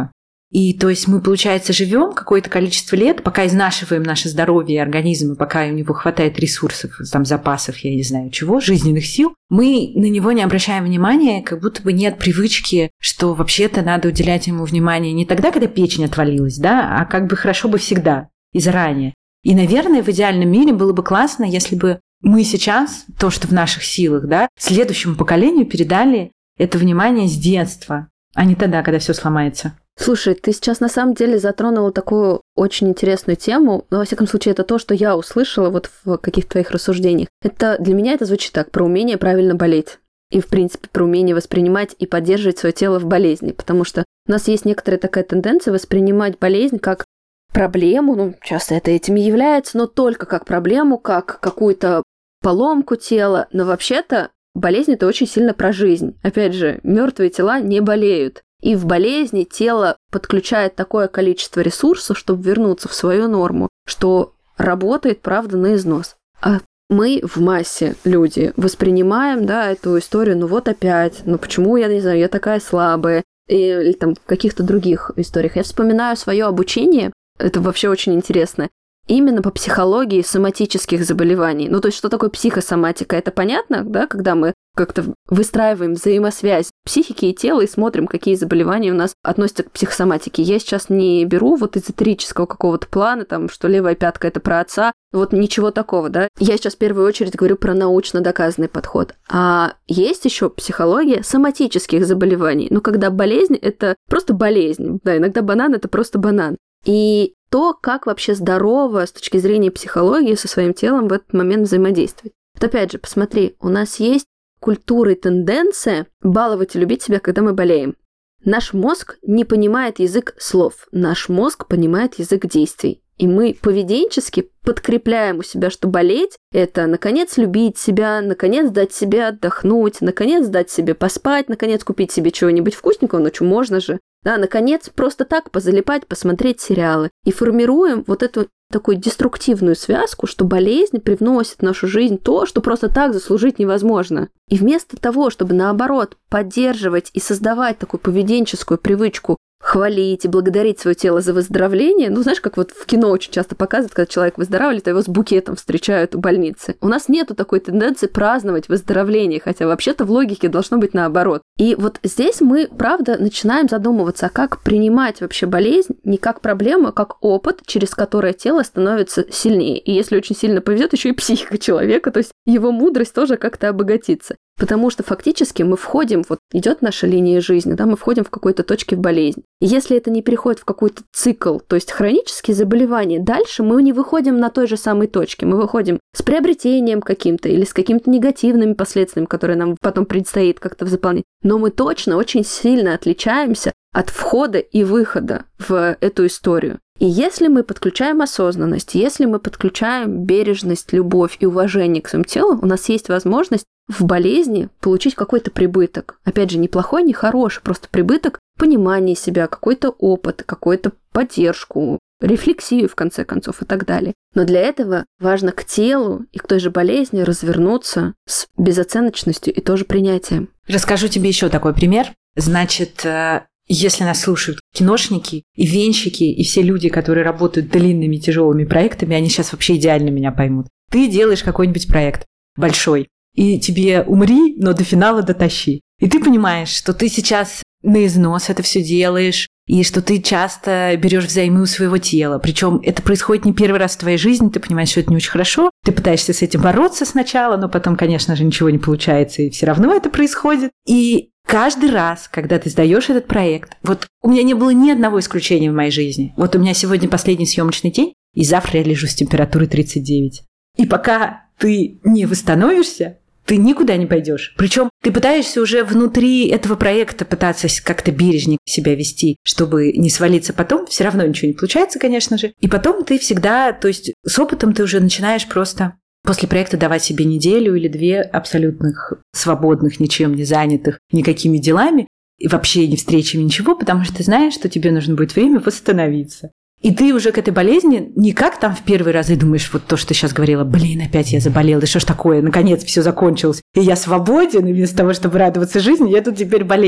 И то есть мы, получается, живем какое-то количество лет, пока изнашиваем наше здоровье и организм, и пока у него хватает ресурсов, там, запасов, я не знаю чего, жизненных сил, мы на него не обращаем внимания, как будто бы нет привычки, что вообще-то надо уделять ему внимание не тогда, когда печень отвалилась, да, а как бы хорошо бы всегда и заранее. И, наверное, в идеальном мире было бы классно, если бы мы сейчас, то, что в наших силах, да, следующему поколению передали это внимание с детства, а не тогда, когда все сломается. Слушай, ты сейчас на самом деле затронула такую очень интересную тему, но, во всяком случае, это то, что я услышала вот в каких-то твоих рассуждениях. Для меня это звучит так, про умение правильно болеть. И, в принципе, про умение воспринимать и поддерживать свое тело в болезни. Потому что у нас есть некоторая такая тенденция воспринимать болезнь как проблему, часто это этим и является, но только как проблему, как какую-то поломку тела. Но вообще-то болезнь – это очень сильно про жизнь. Опять же, мертвые тела не болеют. И в болезни тело подключает такое количество ресурсов, чтобы вернуться в свою норму, что работает, правда, на износ. А мы в массе, люди, воспринимаем, да, эту историю, вот опять, почему, я не знаю, я такая слабая, или там в каких-то других историях. Я вспоминаю свое обучение, это вообще очень интересно, именно по психологии соматических заболеваний. То есть, что такое психосоматика? Это понятно, да, когда мы как-то выстраиваем взаимосвязь психики и тела и смотрим, какие заболевания у нас относятся к психосоматике. Я сейчас не беру эзотерического какого-то плана, что левая пятка – это про отца, ничего такого, да. Я сейчас в первую очередь говорю про научно доказанный подход. А есть еще психология соматических заболеваний. Когда болезнь – это просто болезнь. Да, иногда банан – это просто банан. И то, как вообще здорово с точки зрения психологии со своим телом в этот момент взаимодействовать. Опять же, посмотри, у нас есть культура и тенденция баловать и любить себя, когда мы болеем. Наш мозг не понимает язык слов, наш мозг понимает язык действий. И мы поведенчески подкрепляем у себя, что болеть – это, наконец, любить себя, наконец, дать себе отдохнуть, наконец, дать себе поспать, наконец, купить себе чего-нибудь вкусненького, ночью можно же. Да, наконец, просто так позалипать, посмотреть сериалы. И формируем эту такую деструктивную связку, что болезнь привносит в нашу жизнь то, что просто так заслужить невозможно. И вместо того, чтобы, наоборот, поддерживать и создавать такую поведенческую привычку хвалить и благодарить свое тело за выздоровление. Знаешь, как в кино очень часто показывают, когда человек выздоравливает, а его с букетом встречают у больницы. У нас нету такой тенденции праздновать выздоровление, хотя вообще-то в логике должно быть наоборот. И здесь мы, правда, начинаем задумываться, а как принимать вообще болезнь не как проблему, а как опыт, через который тело становится сильнее. И если очень сильно повезет, еще и психика человека, то есть его мудрость тоже как-то обогатится. Потому что фактически мы входим, идет наша линия жизни, да, мы входим в какой-то точке в болезнь. И если это не переходит в какой-то цикл, то есть хронические заболевания, дальше мы не выходим на той же самой точке. Мы выходим с приобретением каким-то или с какими-то негативными последствиями, которые нам потом предстоит как-то заполнить. Но мы точно очень сильно отличаемся от входа и выхода в эту историю. И если мы подключаем осознанность, если мы подключаем бережность, любовь и уважение к своему телу, у нас есть возможность в болезни получить какой-то прибыток. Опять же, не плохой, не хороший, просто прибыток понимания себя, какой-то опыт, какую-то поддержку, рефлексию, в конце концов, и так далее. Но для этого важно к телу и к той же болезни развернуться с безоценочностью и тоже принятием. Расскажу тебе еще такой пример. Значит, если нас слушают киношники и венщики, и все люди, которые работают длинными, тяжелыми проектами, они сейчас вообще идеально меня поймут. Ты делаешь какой-нибудь проект большой, и тебе умри, но до финала дотащи. И ты понимаешь, что ты сейчас на износ это все делаешь, и что ты часто берешь взаймы у своего тела. Причем это происходит не первый раз в твоей жизни, ты понимаешь, что это не очень хорошо, ты пытаешься с этим бороться сначала, но потом, конечно же, ничего не получается, и все равно это происходит. И каждый раз, когда ты сдаешь этот проект, у меня не было ни одного исключения в моей жизни. У меня сегодня последний съемочный день, и завтра я лежу с температурой 39. И пока ты не восстановишься, ты никуда не пойдешь. Причем ты пытаешься уже внутри этого проекта пытаться как-то бережнее себя вести, чтобы не свалиться потом. Все равно ничего не получается, конечно же. И потом ты всегда, то есть с опытом ты уже начинаешь просто после проекта давать себе неделю или две абсолютных свободных, ничем не занятых, никакими делами, и вообще не встречами, ничего, потому что ты знаешь, что тебе нужно будет время восстановиться. И ты уже к этой болезни не как там в первый раз и думаешь, то, что ты сейчас говорила, опять я заболела, да что ж такое, наконец все закончилось, и я свободен, и вместо того, чтобы радоваться жизни, я тут теперь болею.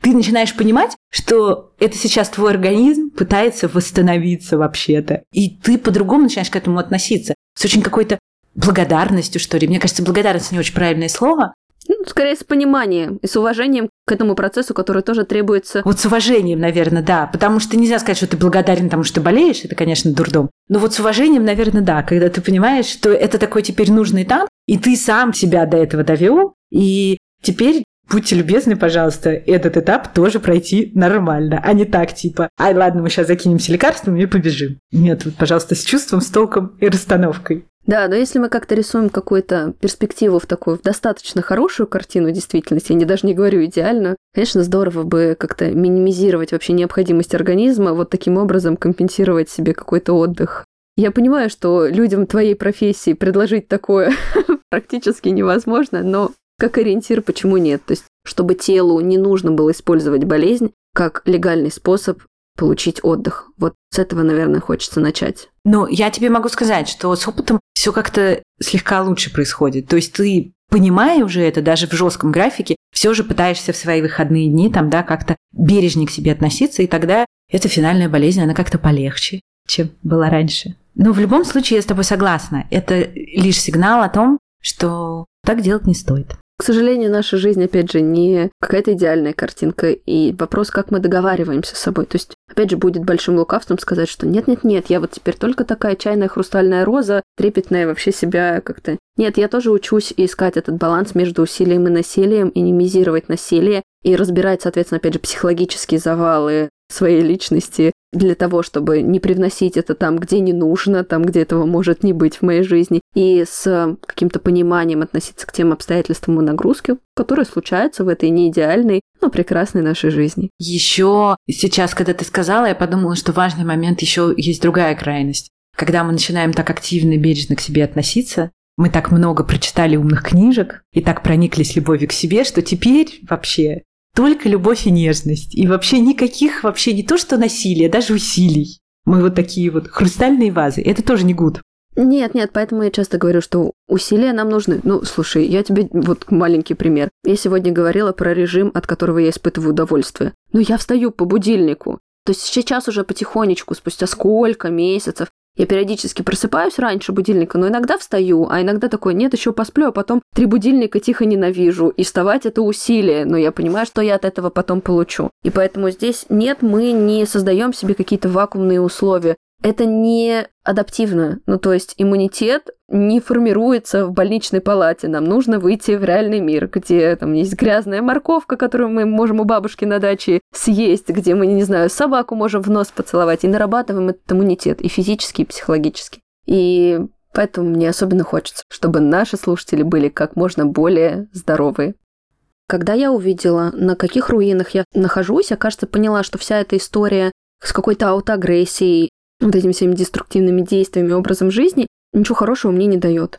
ты начинаешь понимать, что это сейчас твой организм пытается восстановиться вообще-то. И ты по-другому начинаешь к этому относиться. С очень какой-то благодарностью, что ли. Мне кажется, благодарность не очень правильное слово. Скорее, с пониманием и с уважением к этому процессу, который тоже требуется. Вот с уважением, наверное, да. Потому что нельзя сказать, что ты благодарен тому, что ты болеешь. Это, конечно, дурдом. Но вот с уважением, наверное, да. Когда ты понимаешь, что это такой теперь нужный этап, и ты сам себя до этого довел, и теперь будьте любезны, пожалуйста, этот этап тоже пройти нормально, а не так, типа, ай, ладно, мы сейчас закинемся лекарствами и побежим. Нет, вот, пожалуйста, с чувством, с толком и расстановкой. Да, но если мы как-то рисуем какую-то перспективу в такую, в достаточно хорошую картину действительности, я даже не говорю идеально, конечно, здорово бы как-то минимизировать вообще необходимость организма, вот таким образом компенсировать себе какой-то отдых. Я понимаю, что людям твоей профессии предложить такое практически невозможно, но как ориентир, почему нет? То есть, чтобы телу не нужно было использовать болезнь как легальный способ получить отдых. Вот с этого, наверное, хочется начать. Но я тебе могу сказать, что с опытом все как-то слегка лучше происходит. То есть ты, понимая уже это, даже в жестком графике, все же пытаешься в свои выходные дни там, да, как-то бережнее к себе относиться, и тогда эта финальная болезнь, она как-то полегче, чем была раньше. Но в любом случае я с тобой согласна. Это лишь сигнал о том, что так делать не стоит. К сожалению, наша жизнь, опять же, не какая-то идеальная картинка, и вопрос, как мы договариваемся с собой. То есть, опять же, будет большим лукавством сказать, что нет-нет-нет, я вот теперь только такая чайная хрустальная роза, трепетная вообще себя как-то... Нет, я тоже учусь искать этот баланс между усилием и насилием, и минимизировать насилие, и разбирать, соответственно, опять же, психологические завалы своей личности для того, чтобы не привносить это там, где не нужно, там, где этого может не быть в моей жизни, и с каким-то пониманием относиться к тем обстоятельствам и нагрузке, которые случаются в этой неидеальной, но прекрасной нашей жизни. Еще сейчас, когда ты сказала, я подумала, что важный момент еще есть другая крайность. Когда мы начинаем так активно и бережно к себе относиться, мы так много прочитали умных книжек и так прониклись любовью к себе, что теперь вообще только любовь и нежность. И вообще никаких, вообще не то что насилия, даже усилий. Мы вот такие вот хрустальные вазы. Это тоже не гуд. Нет, поэтому я часто говорю, что усилия нам нужны. Ну, слушай, я тебе вот маленький пример. Я сегодня говорила про режим, от которого я испытываю удовольствие. Но я встаю по будильнику. То есть сейчас уже потихонечку, спустя сколько месяцев, я периодически просыпаюсь раньше будильника, но иногда встаю, а иногда такой, нет, еще посплю, а потом 3 будильника тихо ненавижу. И вставать – это усилие, но я понимаю, что я от этого потом получу. И поэтому здесь нет, мы не создаем себе какие-то вакуумные условия. Это не адаптивно. Ну, то есть иммунитет не формируется в больничной палате. Нам нужно выйти в реальный мир, где там есть грязная морковка, которую мы можем у бабушки на даче съесть, где мы, не знаю, собаку можем в нос поцеловать, и нарабатываем этот иммунитет и физически, и психологически. И поэтому мне особенно хочется, чтобы наши слушатели были как можно более здоровые. Когда я увидела, на каких руинах я нахожусь, я, кажется, поняла, что вся эта история с какой-то аутоагрессией, вот этими всеми деструктивными действиями, образом жизни, ничего хорошего мне не дает.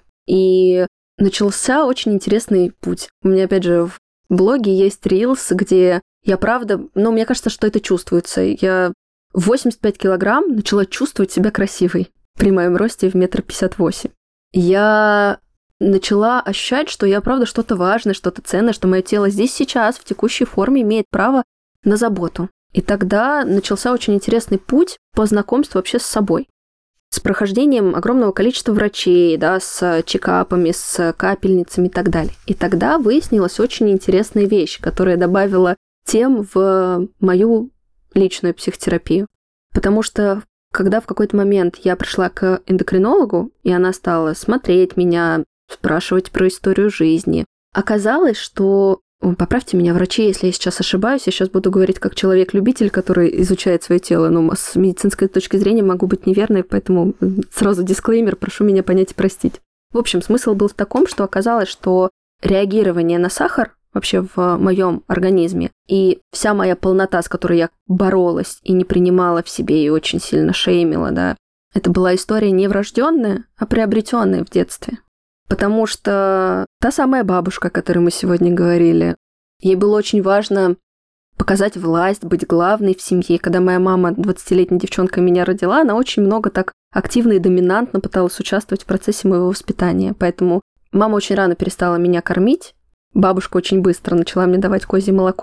И начался очень интересный путь. У меня, опять же, в блоге есть рилс, где я правда... Но мне кажется, что это чувствуется. Я в 85 килограмм начала чувствовать себя красивой при моем росте в 1,58 м. Я начала ощущать, что я, правда, что-то важное, что-то ценное, что мое тело здесь сейчас, в текущей форме, имеет право на заботу. И тогда начался очень интересный путь по знакомству вообще с собой. С прохождением огромного количества врачей, да, с чекапами, с капельницами и так далее. И тогда выяснилась очень интересная вещь, которая добавила тем в мою личную психотерапию. Потому что когда в какой-то момент я пришла к эндокринологу, и она стала смотреть меня, спрашивать про историю жизни, оказалось, что... Поправьте меня, врачи, если я сейчас ошибаюсь. Я сейчас буду говорить как человек-любитель, который изучает свое тело. Но с медицинской точки зрения могу быть неверной, поэтому сразу дисклеймер, прошу меня понять и простить. В общем, смысл был в таком, что оказалось, что реагирование на сахар вообще в моем организме и вся моя полнота, с которой я боролась и не принимала в себе и очень сильно шеймила, да, это была история не врожденная, а приобретенная в детстве. Потому что та самая бабушка, о которой мы сегодня говорили, ей было очень важно показать власть, быть главной в семье. Когда моя мама, 20-летняя девчонка, меня родила, она очень много так активно и доминантно пыталась участвовать в процессе моего воспитания. Поэтому мама очень рано перестала меня кормить, бабушка очень быстро начала мне давать козье молоко,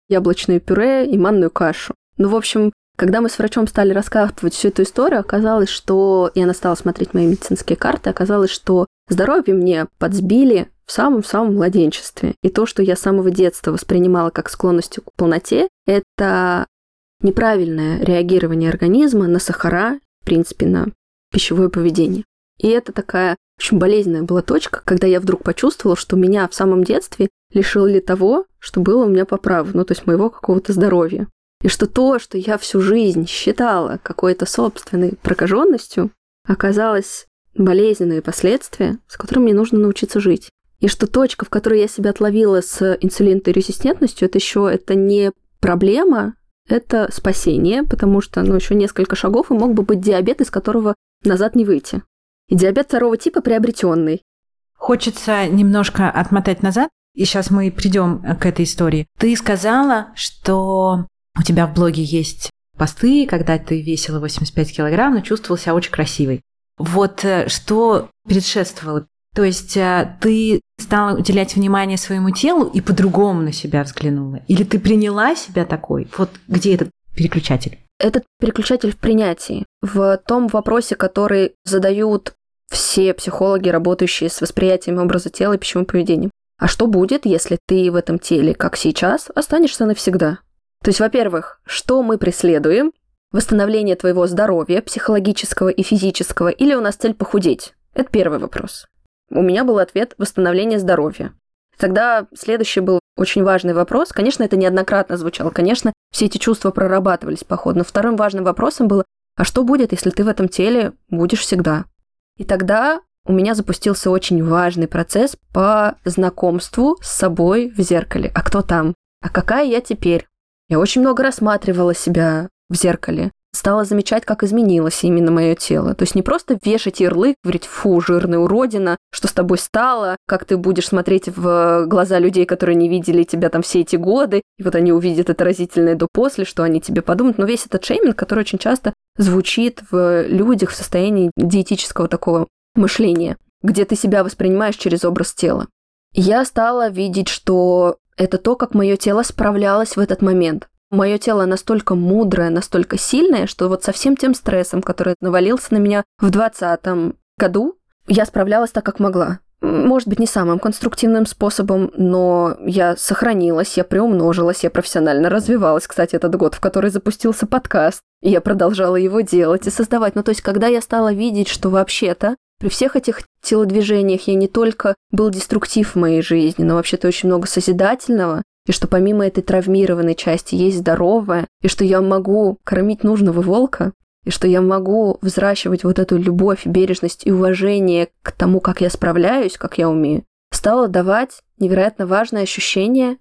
яблочное пюре и манную кашу. Ну, в общем, когда мы с врачом стали раскапывать всю эту историю, оказалось, что... И она стала смотреть мои медицинские карты, оказалось, что здоровье мне подсбили в самом-самом младенчестве. И то, что я с самого детства воспринимала как склонность к полноте, это неправильное реагирование организма на сахара, в принципе, на пищевое поведение. И это такая очень болезненная была точка, когда я вдруг почувствовала, что меня в самом детстве лишили того, что было у меня по праву, ну, то есть моего какого-то здоровья. И что то, что я всю жизнь считала какой-то собственной прокаженностью, оказалось болезненные последствия, с которыми мне нужно научиться жить. И что точка, в которой я себя отловила с инсулинорезистентностью, это не проблема, это спасение, потому что, еще несколько шагов, и мог бы быть диабет, из которого назад не выйти. И диабет второго типа приобретенный. Хочется немножко отмотать назад, и сейчас мы придем к этой истории. Ты сказала, что у тебя в блоге есть посты, когда ты весила 85 килограмм, но чувствовала себя очень красивой. Вот что предшествовало? То есть ты стала уделять внимание своему телу и по-другому на себя взглянула? Или ты приняла себя такой? Вот где этот переключатель? Этот переключатель в принятии. В том вопросе, который задают все психологи, работающие с восприятием образа тела и пищевым поведением. А что будет, если ты в этом теле, как сейчас, останешься навсегда? То есть, во-первых, что мы преследуем? Восстановление твоего здоровья, психологического и физического, или у нас цель похудеть? Это первый вопрос. У меня был ответ «восстановление здоровья». Тогда следующий был очень важный вопрос. Конечно, это неоднократно звучало. Конечно, все эти чувства прорабатывались по ходу. Но вторым важным вопросом было «а что будет, если ты в этом теле будешь всегда?» И тогда у меня запустился очень важный процесс по знакомству с собой в зеркале. А кто там? А какая я теперь? Я очень много рассматривала себя в зеркале. Стала замечать, как изменилось именно мое тело. То есть не просто вешать ярлык, говорить «фу, жирная уродина», что с тобой стало, как ты будешь смотреть в глаза людей, которые не видели тебя там все эти годы, и вот они увидят это разительное до-после, что они тебе подумают. Но весь этот шейминг, который очень часто звучит в людях в состоянии диетического такого мышления, где ты себя воспринимаешь через образ тела. Я стала видеть, что это то, как мое тело справлялось в этот момент. Мое тело настолько мудрое, настолько сильное, что вот со всем тем стрессом, который навалился на меня в 2020 году, я справлялась так, как могла. Может быть, не самым конструктивным способом, но я сохранилась, я приумножилась, я профессионально развивалась. Кстати, этот год, в который запустился подкаст, и я продолжала его делать и создавать. Ну, то есть, когда я стала видеть, что вообще-то при всех этих телодвижениях я не только был деструктив в моей жизни, но вообще-то очень много созидательного, и что помимо этой травмированной части есть здоровая, и что я могу кормить нужного волка, и что я могу взращивать вот эту любовь, бережность и уважение к тому, как я справляюсь, как я умею, стало давать невероятно важное ощущение,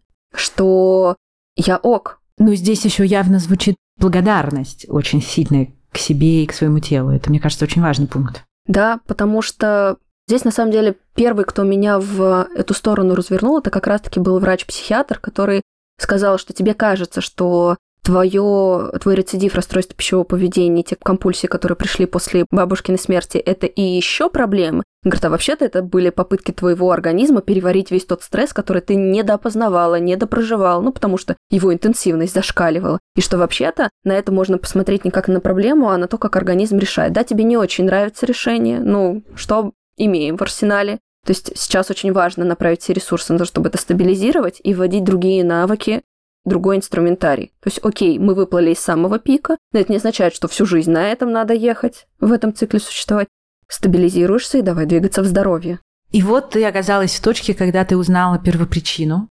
что я ок. Ну, здесь еще явно звучит благодарность очень сильная к себе и к своему телу. Это, мне кажется, очень важный пункт. Да, потому что здесь, на самом деле, первый, кто меня в эту сторону развернул, это как раз-таки был врач-психиатр, который сказал, что тебе кажется, что твой рецидив расстройства пищевого поведения, те компульсии, которые пришли после бабушкиной смерти, это и еще проблемы. Он говорит, а вообще-то это были попытки твоего организма переварить весь тот стресс, который ты недоопознавала, недопроживал, потому что его интенсивность зашкаливала. И что вообще-то на это можно посмотреть не как на проблему, а на то, как организм решает. Да, тебе не очень нравится решение, что имеем в арсенале. То есть сейчас очень важно направить все ресурсы на то, чтобы это стабилизировать и вводить другие навыки, другой инструментарий. То есть, окей, мы выплыли из самого пика, но это не означает, что всю жизнь на этом надо ехать, в этом цикле существовать. Стабилизируешься и давай двигаться в здоровье. И вот ты оказалась в точке, когда ты узнала первопричину,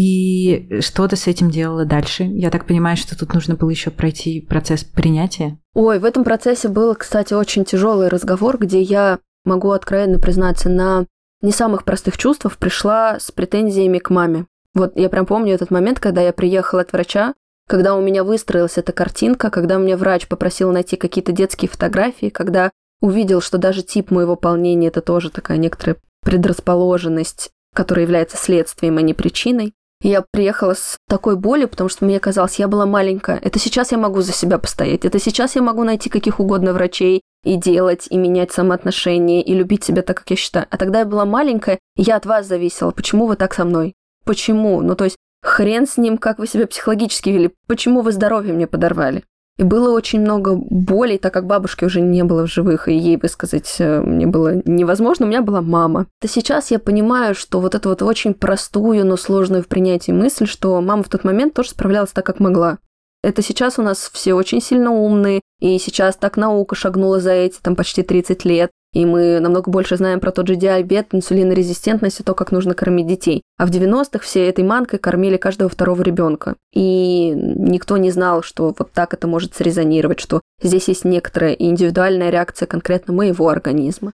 и что ты с этим делала дальше? Я так понимаю, что тут нужно было еще пройти процесс принятия? Ой, в этом процессе был, кстати, очень тяжелый разговор, где я, могу откровенно признаться, на не самых простых чувствах пришла с претензиями к маме. Вот я прям помню этот момент, когда я приехала от врача, когда у меня выстроилась эта картинка, когда меня врач попросил найти какие-то детские фотографии, когда увидел, что даже тип моего полнения – это тоже такая некоторая предрасположенность, которая является следствием, а не причиной. И я приехала с такой болью, потому что мне казалось, я была маленькая. Это сейчас я могу за себя постоять, это сейчас я могу найти каких угодно врачей и делать, и менять самоотношения, и любить себя так, как я считаю. А тогда я была маленькая, и я от вас зависела. Почему вы так со мной? Почему? То есть хрен с ним, как вы себя психологически вели, почему вы здоровье мне подорвали. И было очень много боли, так как бабушки уже не было в живых, и ей высказать мне было невозможно, у меня была мама. То сейчас я понимаю, что вот эту вот очень простую, но сложную в принятии мысль, что мама в тот момент тоже справлялась так, как могла. Это сейчас у нас все очень сильно умные, и сейчас так наука шагнула за эти там почти 30 лет, и мы намного больше знаем про тот же диабет, инсулинорезистентность и то, как нужно кормить детей. А в 90-х все этой манкой кормили каждого второго ребенка. И никто не знал, что вот так это может срезонировать, что здесь есть некоторая индивидуальная реакция конкретно моего организма.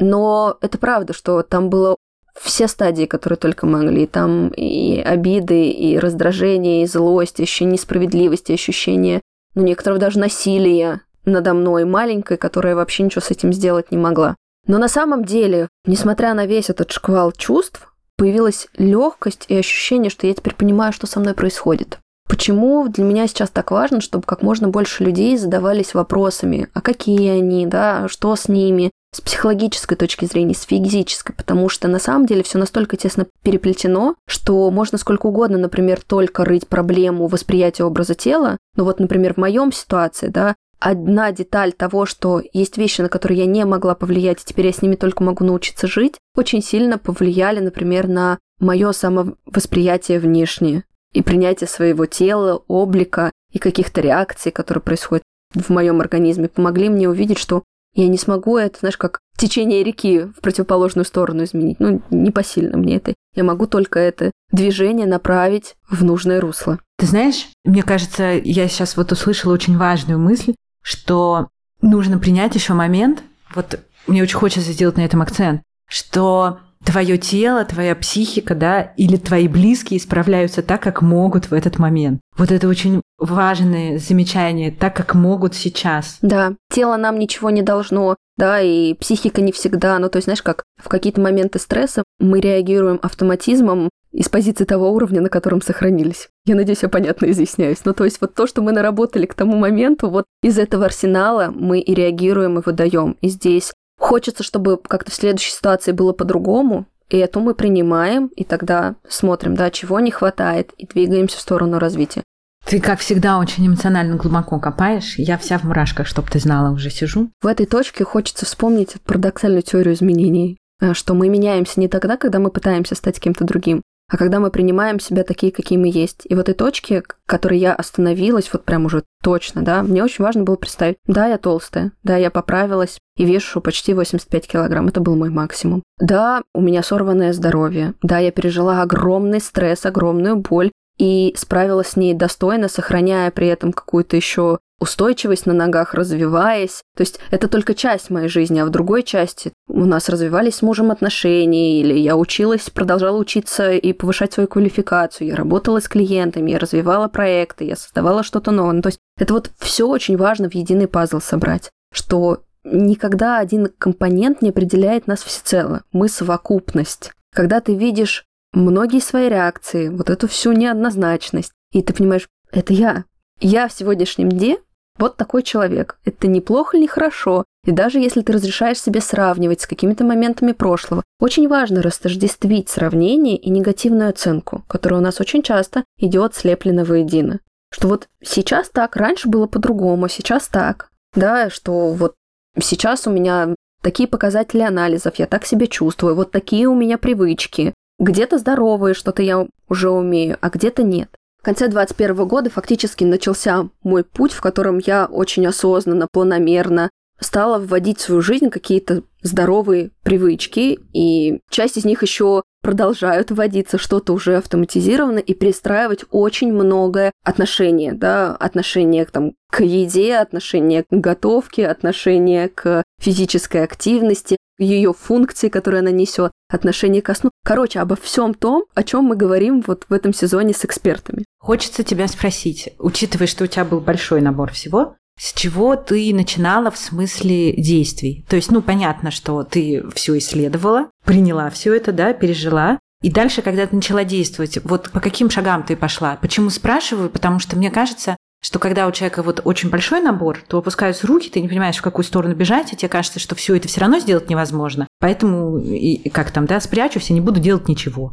Но это правда, что там было все стадии, которые только могли. Там и обиды, и раздражение, и злость, ощущение несправедливости, ощущение, некоторого даже насилия надо мной, маленькой, которая вообще ничего с этим сделать не могла. Но на самом деле, несмотря на весь этот шквал чувств, появилась легкость и ощущение, что я теперь понимаю, что со мной происходит. Почему для меня сейчас так важно, чтобы как можно больше людей задавались вопросами, а какие они, да, что с ними, с психологической точки зрения, с физической, потому что на самом деле все настолько тесно переплетено, что можно сколько угодно, например, только рыть проблему восприятия образа тела. Ну вот, например, в моем ситуации, да, одна деталь того, что есть вещи, на которые я не могла повлиять, и теперь я с ними только могу научиться жить, очень сильно повлияли, например, на мое самовосприятие внешнее и принятие своего тела, облика и каких-то реакций, которые происходят в моем организме, помогли мне увидеть, что я не смогу это, знаешь, как течение реки в противоположную сторону изменить. Непосильно мне это. Я могу только это движение направить в нужное русло. Ты знаешь, мне кажется, я сейчас вот услышала очень важную мысль, что нужно принять еще момент, вот мне очень хочется сделать на этом акцент, что твое тело, твоя психика, да, или твои близкие справляются так, как могут в этот момент. Вот это очень важное замечание, так, как могут сейчас. Да, тело нам ничего не должно, да, и психика не всегда, то есть, знаешь, как в какие-то моменты стресса мы реагируем автоматизмом из позиции того уровня, на котором сохранились. Я надеюсь, я понятно изъясняюсь. То есть вот то, что мы наработали к тому моменту, вот из этого арсенала мы и реагируем, и выдаем. И здесь хочется, чтобы как-то в следующей ситуации было по-другому, и это мы принимаем, и тогда смотрим, да, чего не хватает, и двигаемся в сторону развития. Ты, как всегда, очень эмоционально глубоко копаешь. Я вся в мурашках, чтоб ты знала, уже сижу. В этой точке хочется вспомнить парадоксальную теорию изменений, что мы меняемся не тогда, когда мы пытаемся стать кем-то другим, а когда мы принимаем себя такие, какие мы есть. И в этой точке, к которой я остановилась, вот прям уже точно, да, мне очень важно было представить, да, я толстая, да, я поправилась и вешу почти 85 килограмм, это был мой максимум. Да, у меня сорванное здоровье, да, я пережила огромный стресс, огромную боль и справилась с ней достойно, сохраняя при этом какую-то еще устойчивость на ногах, развиваясь. То есть это только часть моей жизни, а в другой части у нас развивались с мужем отношения, или я училась, продолжала учиться и повышать свою квалификацию, я работала с клиентами, я развивала проекты, я создавала что-то новое. То есть это вот все очень важно в единый пазл собрать, что никогда один компонент не определяет нас всецело. Мы совокупность. Когда ты видишь многие свои реакции, вот эту всю неоднозначность, и ты понимаешь, это я. Я в сегодняшнем дне вот такой человек. Это не плохо или хорошо. И даже если ты разрешаешь себе сравнивать с какими-то моментами прошлого, очень важно растождествить сравнение и негативную оценку, которая у нас очень часто идет слеплена воедино. Что вот сейчас так, раньше было по-другому, сейчас так. Да, что вот сейчас у меня такие показатели анализов, я так себя чувствую, вот такие у меня привычки. Где-то здоровые, что-то я уже умею, а где-то нет. В конце 2021 года фактически начался мой путь, в котором я очень осознанно, планомерно стала вводить в свою жизнь какие-то здоровые привычки, и часть из них еще продолжают вводиться, что-то уже автоматизировано, и перестраивать очень многое отношение, да, отношение к еде, отношение к готовке, отношение к физической активности, ее функции, которые она несет, отношение ко сну. Короче, обо всем том, о чем мы говорим вот в этом сезоне с экспертами. Хочется тебя спросить, учитывая, что у тебя был большой набор всего, с чего ты начинала в смысле действий? То есть, понятно, что ты все исследовала, приняла все это, да, пережила. И дальше, когда ты начала действовать, вот по каким шагам ты пошла? Почему спрашиваю? Потому что мне кажется, что когда у человека вот очень большой набор, то опускаются руки, ты не понимаешь, в какую сторону бежать, и тебе кажется, что все это все равно сделать невозможно. Поэтому, спрячусь и не буду делать ничего.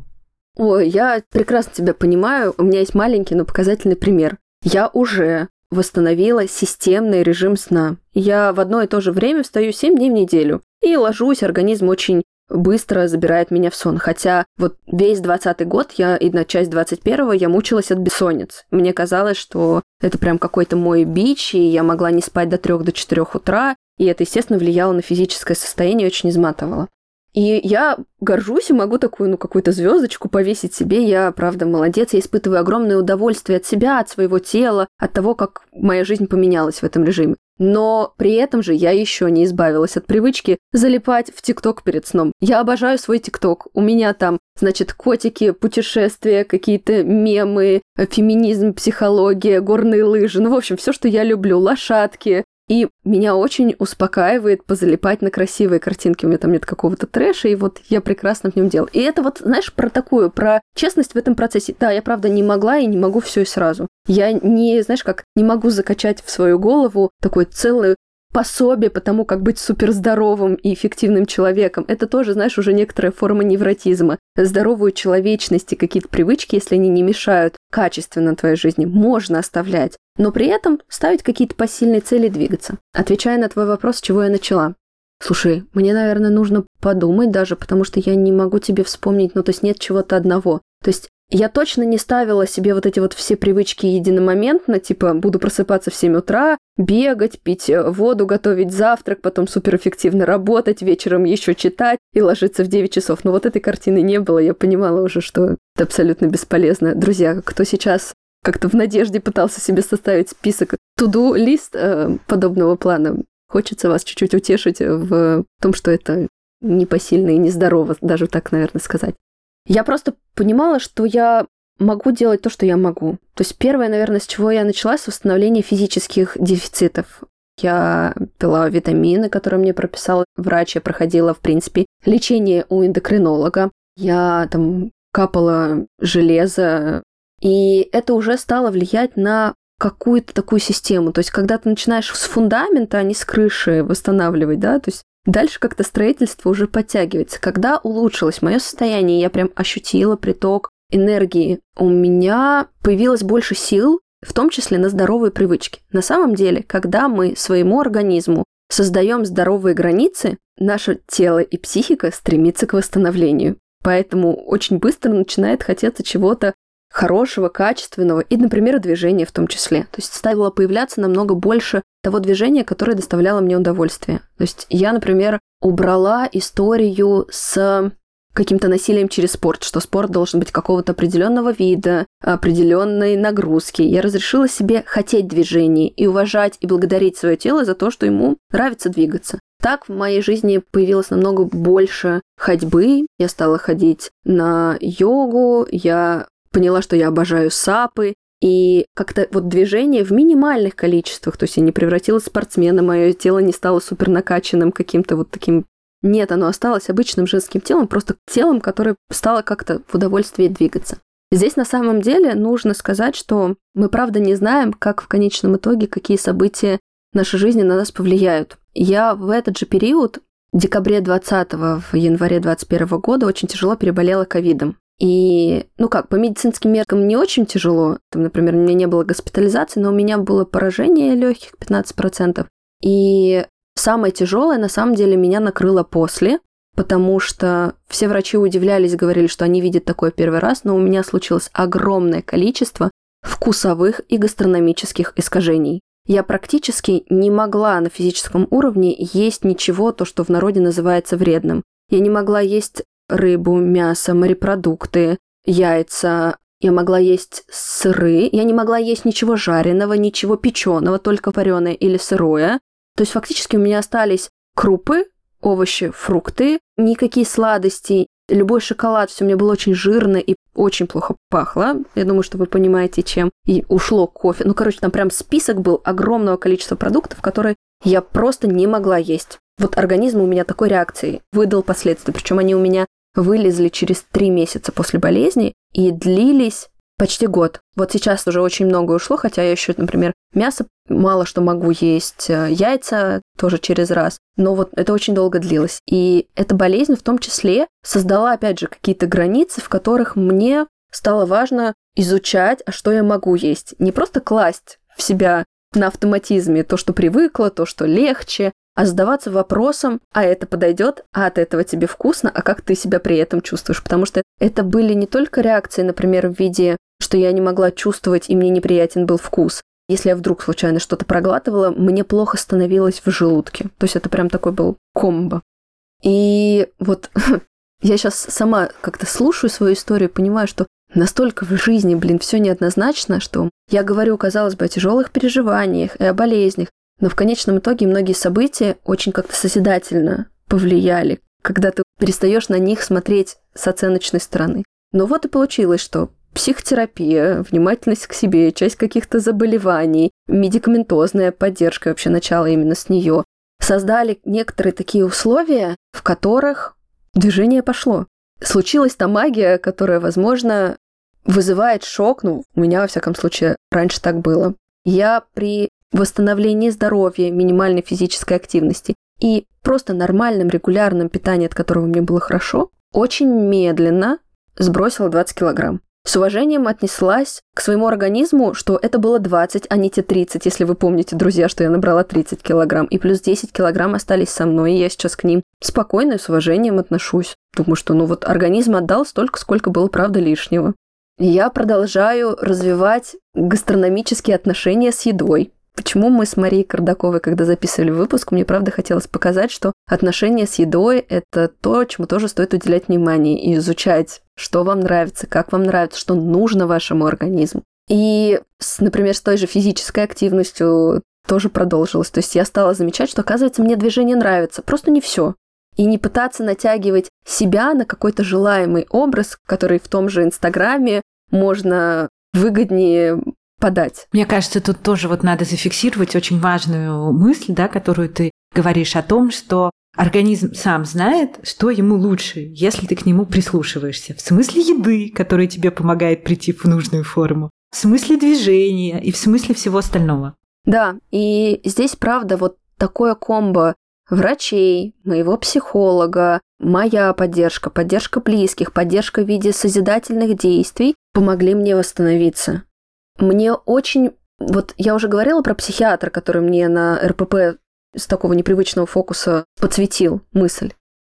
Ой, я прекрасно тебя понимаю. У меня есть маленький, но показательный пример. Я уже восстановила системный режим сна. Я в одно и то же время встаю 7 дней в неделю и ложусь, организм очень быстро забирает меня в сон. Хотя вот весь 20-й год и на часть 21-го я мучилась от бессонниц. Мне казалось, что это прям какой-то мой бич, и я могла не спать до 3-4 утра, и это, естественно, влияло на физическое состояние и очень изматывало. И я горжусь и могу такую, какую-то звездочку повесить себе. Я, правда, молодец. Я испытываю огромное удовольствие от себя, от своего тела, от того, как моя жизнь поменялась в этом режиме. Но при этом же я еще не избавилась от привычки залипать в ТикТок перед сном. Я обожаю свой ТикТок. У меня там, котики, путешествия, какие-то мемы, феминизм, психология, горные лыжи. В общем, все, что я люблю. Лошадки. И меня очень успокаивает позалипать на красивые картинки. У меня там нет какого-то трэша, и вот я прекрасно в нем делаю. И это про честность в этом процессе. Да, я, правда, не могла и не могу все и сразу. Я не могу закачать в свою голову такое целое пособие по тому, как быть суперздоровым и эффективным человеком. Это тоже, уже некоторая форма невротизма. Здоровую человечность и какие-то привычки, если они не мешают качественно твоей жизни, можно оставлять. Но при этом ставить какие-то посильные цели и двигаться. Отвечая на твой вопрос, с чего я начала. Слушай, мне, наверное, нужно подумать даже, потому что я не могу тебе вспомнить, нет чего-то одного. То есть я точно не ставила себе вот эти все привычки единомоментно, буду просыпаться в 7 утра, бегать, пить воду, готовить завтрак, потом суперэффективно работать, вечером еще читать и ложиться в 9 часов. Но этой картины не было, я понимала уже, что это абсолютно бесполезно. Друзья, кто сейчас как-то в надежде пытался себе составить список to-do-лист подобного плана, хочется вас чуть-чуть утешить в том, что это непосильно и нездорово, даже так, наверное, сказать. Я просто понимала, что я могу делать то, что я могу. То есть первое, наверное, с чего я начала, с восстановления физических дефицитов. Я пила витамины, которые мне прописал врач. Я проходила, в принципе, лечение у эндокринолога. Я капала железо. И это уже стало влиять на какую-то такую систему. То есть когда ты начинаешь с фундамента, а не с крыши восстанавливать, да, то есть дальше как-то строительство уже подтягивается. Когда улучшилось мое состояние, я прям ощутила приток энергии. У меня появилось больше сил, в том числе на здоровые привычки. На самом деле, когда мы своему организму создаем здоровые границы, наше тело и психика стремится к восстановлению. Поэтому очень быстро начинает хотеться чего-то хорошего, качественного и, например, движения в том числе. То есть стало появляться намного больше того движения, которое доставляло мне удовольствие. То есть я, например, убрала историю с каким-то насилием через спорт, что спорт должен быть какого-то определенного вида, определенной нагрузки. Я разрешила себе хотеть движений и уважать и благодарить свое тело за то, что ему нравится двигаться. Так в моей жизни появилось намного больше ходьбы. Я стала ходить на йогу, я поняла, что я обожаю сапы, и как-то движение в минимальных количествах, то есть я не превратилась в спортсмена, мое тело не стало супер накачанным каким-то таким. Нет, оно осталось обычным женским телом, просто телом, которое стало как-то в удовольствии двигаться. Здесь на самом деле нужно сказать, что мы правда не знаем, как в конечном итоге, какие события в нашей жизни на нас повлияют. Я в этот же период, в декабре 20-го, в январе 21 года, очень тяжело переболела ковидом. И, по медицинским меркам не очень тяжело. Например, у меня не было госпитализации, но у меня было поражение легких 15%. И самое тяжелое, на самом деле, меня накрыло после, потому что все врачи удивлялись, говорили, что они видят такое первый раз, но у меня случилось огромное количество вкусовых и гастрономических искажений. Я практически не могла на физическом уровне есть ничего, то, что в народе называется вредным. Я не могла есть рыбу, мясо, морепродукты, яйца. Я могла есть сыры. Я не могла есть ничего жареного, ничего печеного, только вареное или сырое. То есть фактически у меня остались крупы, овощи, фрукты, никакие сладости, любой шоколад. Все у меня было очень жирно и очень плохо пахло. Я думаю, что вы понимаете, чем. И ушло кофе. Там прям список был огромного количества продуктов, которые я просто не могла есть. Организм у меня такой реакции выдал последствия. Причем они у меня вылезли через 3 месяца после болезни и длились Почти год. Вот сейчас уже очень много ушло, хотя я еще, например, мясо мало что могу есть, яйца тоже через раз. Но вот это очень долго длилось. И эта болезнь в том числе создала, опять же, какие-то границы, в которых мне стало важно изучать, а что я могу есть. Не просто класть в себя на автоматизме то, что привыкла, то, что легче, а задаваться вопросом, а это подойдет, а от этого тебе вкусно, а как ты себя при этом чувствуешь? Потому что это были не только реакции, например, в виде, что я не могла чувствовать, и мне неприятен был вкус. Если я вдруг случайно что-то проглатывала, мне плохо становилось в желудке. То есть это прям такой был комбо. И вот я сейчас сама как-то слушаю свою историю, понимаю, что настолько в жизни, все неоднозначно, что я говорю, казалось бы, о тяжелых переживаниях и о болезнях, но в конечном итоге многие события очень как-то созидательно повлияли, когда ты перестаешь на них смотреть с оценочной стороны. Но вот и получилось, что психотерапия, внимательность к себе, часть каких-то заболеваний, медикаментозная поддержка, вообще начало именно с нее, создали некоторые такие условия, в которых движение пошло. Случилась та магия, которая, возможно, вызывает шок. У меня, во всяком случае, раньше так было. Я при восстановлении здоровья, минимальной физической активности и просто нормальном регулярном питании, от которого мне было хорошо, очень медленно сбросила 20 килограмм. С уважением отнеслась к своему организму, что это было 20, а не те 30, если вы помните, друзья, что я набрала 30 килограмм, и плюс 10 килограмм остались со мной, и я сейчас к ним спокойно и с уважением отношусь. Думаю, что организм отдал столько, сколько было, правда, лишнего. И я продолжаю развивать гастрономические отношения с едой. Почему мы с Марией Кардаковой, когда записывали выпуск, мне правда хотелось показать, что отношения с едой – это то, чему тоже стоит уделять внимание и изучать, что вам нравится, как вам нравится, что нужно вашему организму. И, например, с той же физической активностью тоже продолжилось. То есть я стала замечать, что, оказывается, мне движение нравится, просто не все. И не пытаться натягивать себя на какой-то желаемый образ, который в том же Инстаграме можно выгоднее подать. Мне кажется, тут тоже надо зафиксировать очень важную мысль, которую ты говоришь о том, что организм сам знает, что ему лучше, если ты к нему прислушиваешься. В смысле еды, которая тебе помогает прийти в нужную форму, в смысле движения и в смысле всего остального. Да, и здесь, правда, такое комбо врачей, моего психолога, моя поддержка, поддержка близких, поддержка в виде созидательных действий помогли мне восстановиться. Мне очень... я уже говорила про психиатра, который мне на РПП с такого непривычного фокуса подсветил мысль.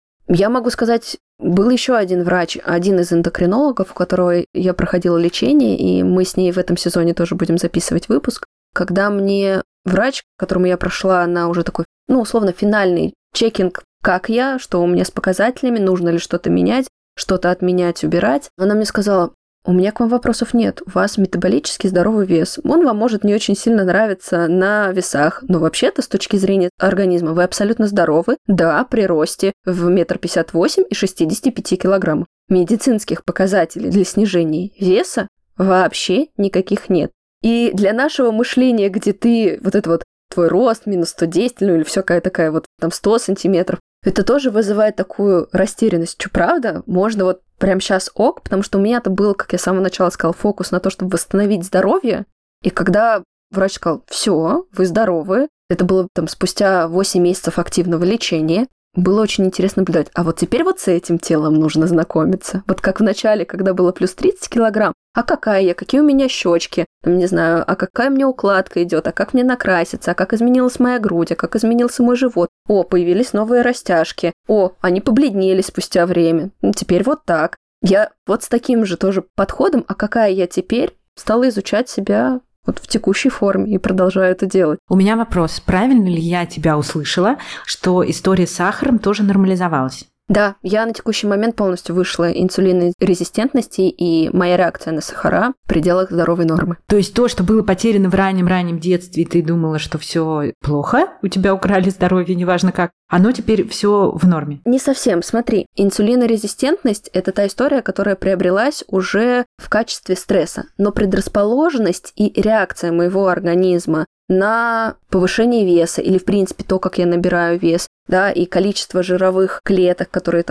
Я могу сказать, был еще один врач, один из эндокринологов, у которого я проходила лечение, и мы с ней в этом сезоне тоже будем записывать выпуск, когда мне врач, которому я прошла на уже такой, условно, финальный чекинг, как я, что у меня с показателями, нужно ли что-то менять, что-то отменять, убирать, она мне сказала: у меня к вам вопросов нет. У вас метаболически здоровый вес. Он вам может не очень сильно нравиться на весах, но вообще-то с точки зрения организма вы абсолютно здоровы. Да, при росте в 1,58 м и 65 килограммов. Медицинских показателей для снижения веса вообще никаких нет. И для нашего мышления, где ты твой рост минус 110, или все какая-то такая 100 сантиметров, это тоже вызывает такую растерянность. Что, правда? Можно прямо сейчас потому что у меня-то был, как я с самого начала сказала, фокус на то, чтобы восстановить здоровье. И когда врач сказал: все, вы здоровы, это было спустя 8 месяцев активного лечения, было очень интересно наблюдать. А теперь с этим телом нужно знакомиться. Как в начале, когда было плюс 30 килограмм, а какая я, какие у меня щечки, не знаю, а какая у меня укладка идет, а как мне накраситься, а как изменилась моя грудь, а как изменился мой живот. Появились новые растяжки. Они побледнели спустя время. Теперь так. Я с таким же тоже подходом, а какая я теперь, стала изучать себя в текущей форме и продолжаю это делать. У меня вопрос. Правильно ли я тебя услышала, что история с сахаром тоже нормализовалась? Да, я на текущий момент полностью вышла инсулинорезистентности, и моя реакция на сахара в пределах здоровой нормы. То есть то, что было потеряно в раннем детстве, и ты думала, что все плохо, у тебя украли здоровье, неважно как, оно теперь все в норме? Не совсем. Смотри, инсулинорезистентность – это та история, которая приобрелась уже в качестве стресса. Но предрасположенность и реакция моего организма на повышение веса или, в принципе, то, как я набираю вес, да, и количество жировых клеток, которые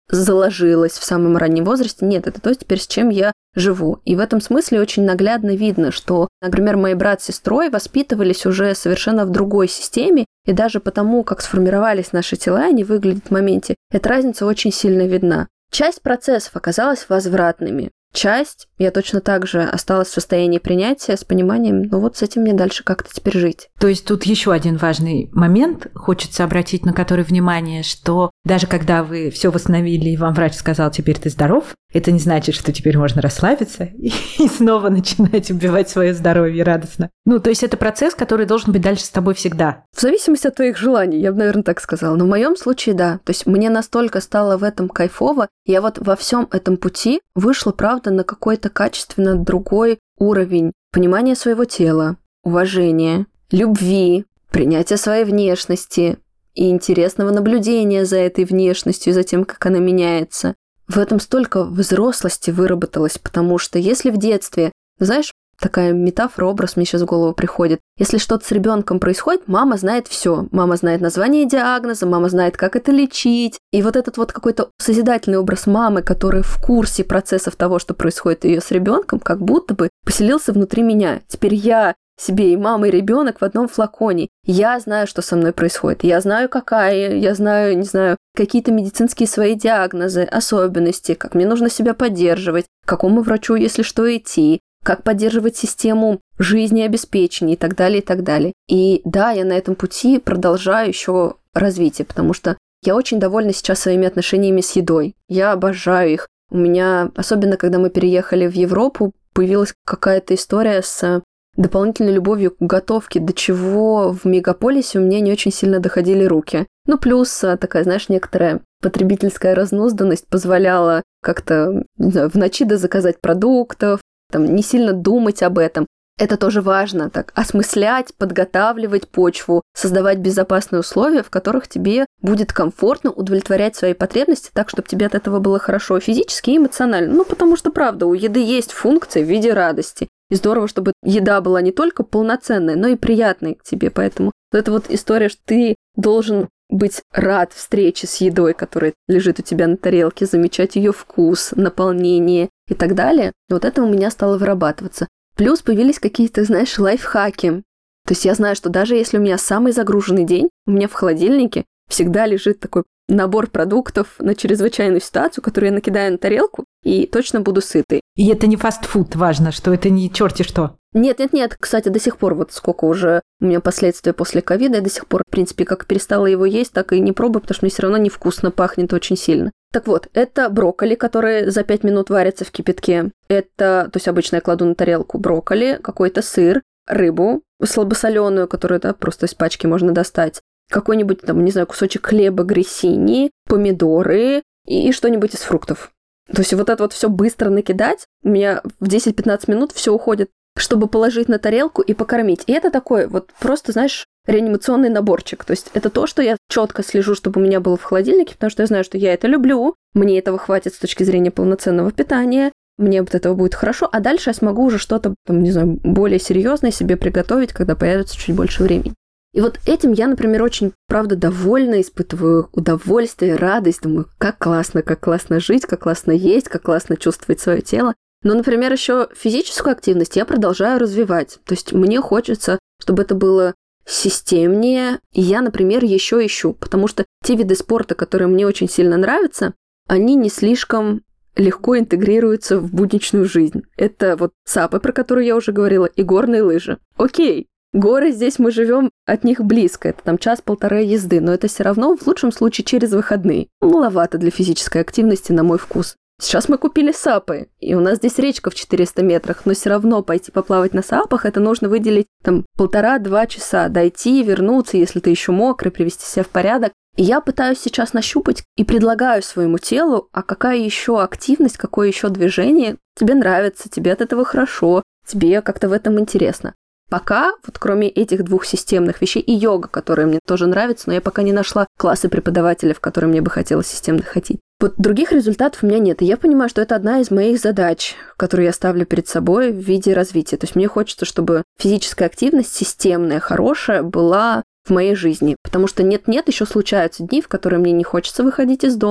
заложилось в самом раннем возрасте. Нет, это то, теперь с чем я живу. И в этом смысле очень наглядно видно, что, например, мои брат с сестрой воспитывались уже совершенно в другой системе, и даже потому, как сформировались наши тела, они выглядят в моменте, эта разница очень сильно видна. Часть процессов оказалась возвратными. Часть я точно так же осталась в состоянии принятия с пониманием, ну вот с этим мне дальше как-то теперь жить. То есть тут еще один важный момент, хочется обратить на который внимание, что даже когда вы все восстановили и вам врач сказал, теперь ты здоров, это не значит, что теперь можно расслабиться и снова начинать убивать свое здоровье радостно. Ну, то есть это процесс, который должен быть дальше с тобой всегда. В зависимости от твоих желаний, я бы, наверное, так сказала. Но в моем случае, да. То есть мне настолько стало в этом кайфово, я вот во всем этом пути вышла, правда, на какой-то качественно другой уровень понимания своего тела, уважения, любви, принятия своей внешности и интересного наблюдения за этой внешностью и за тем, как она меняется. В этом столько взрослости выработалось, потому что если в детстве, знаешь, такая метафора, образ мне сейчас в голову приходит. Если что-то с ребенком происходит, мама знает все. Мама знает название диагноза, мама знает, как это лечить. И вот этот вот какой-то созидательный образ мамы, который в курсе процессов того, что происходит ее с ребенком, как будто бы поселился внутри меня. Теперь я себе и мама, и ребенок в одном флаконе. Я знаю, что со мной происходит. Я знаю, какая. Я знаю, не знаю, какие-то медицинские свои диагнозы, особенности, как мне нужно себя поддерживать, к какому врачу, если что, идти, как поддерживать систему жизнеобеспечения и так далее, и так далее. И да, я на этом пути продолжаю еще развитие, потому что я очень довольна сейчас своими отношениями с едой. Я обожаю их. У меня, особенно когда мы переехали в Европу, появилась какая-то история с дополнительной любовью к готовке, до чего в мегаполисе у меня не очень сильно доходили руки. Ну, плюс такая, знаешь, некоторая потребительская разнузданность позволяла как-то, не знаю, в ночи дозаказать продуктов, там, не сильно думать об этом. Это тоже важно, так, осмыслять, подготавливать почву, создавать безопасные условия, в которых тебе будет комфортно удовлетворять свои потребности так, чтобы тебе от этого было хорошо физически и эмоционально. Ну, потому что, правда, у еды есть функция в виде радости. И здорово, чтобы еда была не только полноценной, но и приятной к тебе. Поэтому это вот история, что ты должен быть рад встрече с едой, которая лежит у тебя на тарелке, замечать ее вкус, наполнение и так далее. Вот это у меня стало вырабатываться. Плюс появились какие-то, знаешь, лайфхаки. То есть я знаю, что даже если у меня самый загруженный день, у меня в холодильнике всегда лежит такой набор продуктов на чрезвычайную ситуацию, которую я накидаю на тарелку, и точно буду сытой. И это не фастфуд, важно, что это не черти что. Нет. Кстати, до сих пор, вот сколько уже у меня последствия после ковида, я до сих пор, в принципе, как перестала его есть, так и не пробую, потому что мне все равно невкусно, пахнет очень сильно. Так вот, это брокколи, который за 5 минут варится в кипятке. Это, то есть обычно я кладу на тарелку брокколи, какой-то сыр, рыбу слабосоленую, которую просто из пачки можно достать, какой-нибудь, там, не знаю, кусочек хлеба грессини, помидоры и что-нибудь из фруктов. То есть вот это вот все быстро накидать, у меня в 10-15 минут все уходит, чтобы положить на тарелку и покормить. И это такой вот просто, знаешь, реанимационный наборчик. То есть это то, что я четко слежу, чтобы у меня было в холодильнике, потому что я знаю, что я это люблю, мне этого хватит с точки зрения полноценного питания, мне от этого будет хорошо, а дальше я смогу уже что-то, там, не знаю, более серьезное себе приготовить, когда появится чуть больше времени. И вот этим я, например, очень, правда, довольна, испытываю удовольствие, радость, думаю, как классно жить, как классно есть, как классно чувствовать свое тело. Но, например, еще физическую активность я продолжаю развивать. То есть мне хочется, чтобы это было системнее, и я, например, еще ищу, потому что те виды спорта, которые мне очень сильно нравятся, они не слишком легко интегрируются в будничную жизнь. Это вот сапы, про которые я уже говорила, и горные лыжи. Окей. Горы здесь мы живем от них близко, это там час-полтора езды, но это все равно в лучшем случае через выходные. Маловато для физической активности, на мой вкус. Сейчас мы купили сапы, и у нас здесь речка в 400 метрах, но все равно пойти поплавать на сапах, это нужно выделить там 1,5-2 часа, дойти, вернуться, если ты еще мокрый, привести себя в порядок. И я пытаюсь сейчас нащупать и предлагаю своему телу, а какая еще активность, какое еще движение тебе нравится, тебе от этого хорошо, тебе как-то в этом интересно. Пока, вот кроме этих двух системных вещей, и йога, которая мне тоже нравится, но я пока не нашла классы преподавателя, в которые мне бы хотелось системно ходить. Вот других результатов у меня нет, и я понимаю, что это одна из моих задач, которую я ставлю перед собой в виде развития. То есть мне хочется, чтобы физическая активность системная, хорошая, была в моей жизни. Потому что нет-нет, еще случаются дни, в которые мне не хочется выходить из дома, в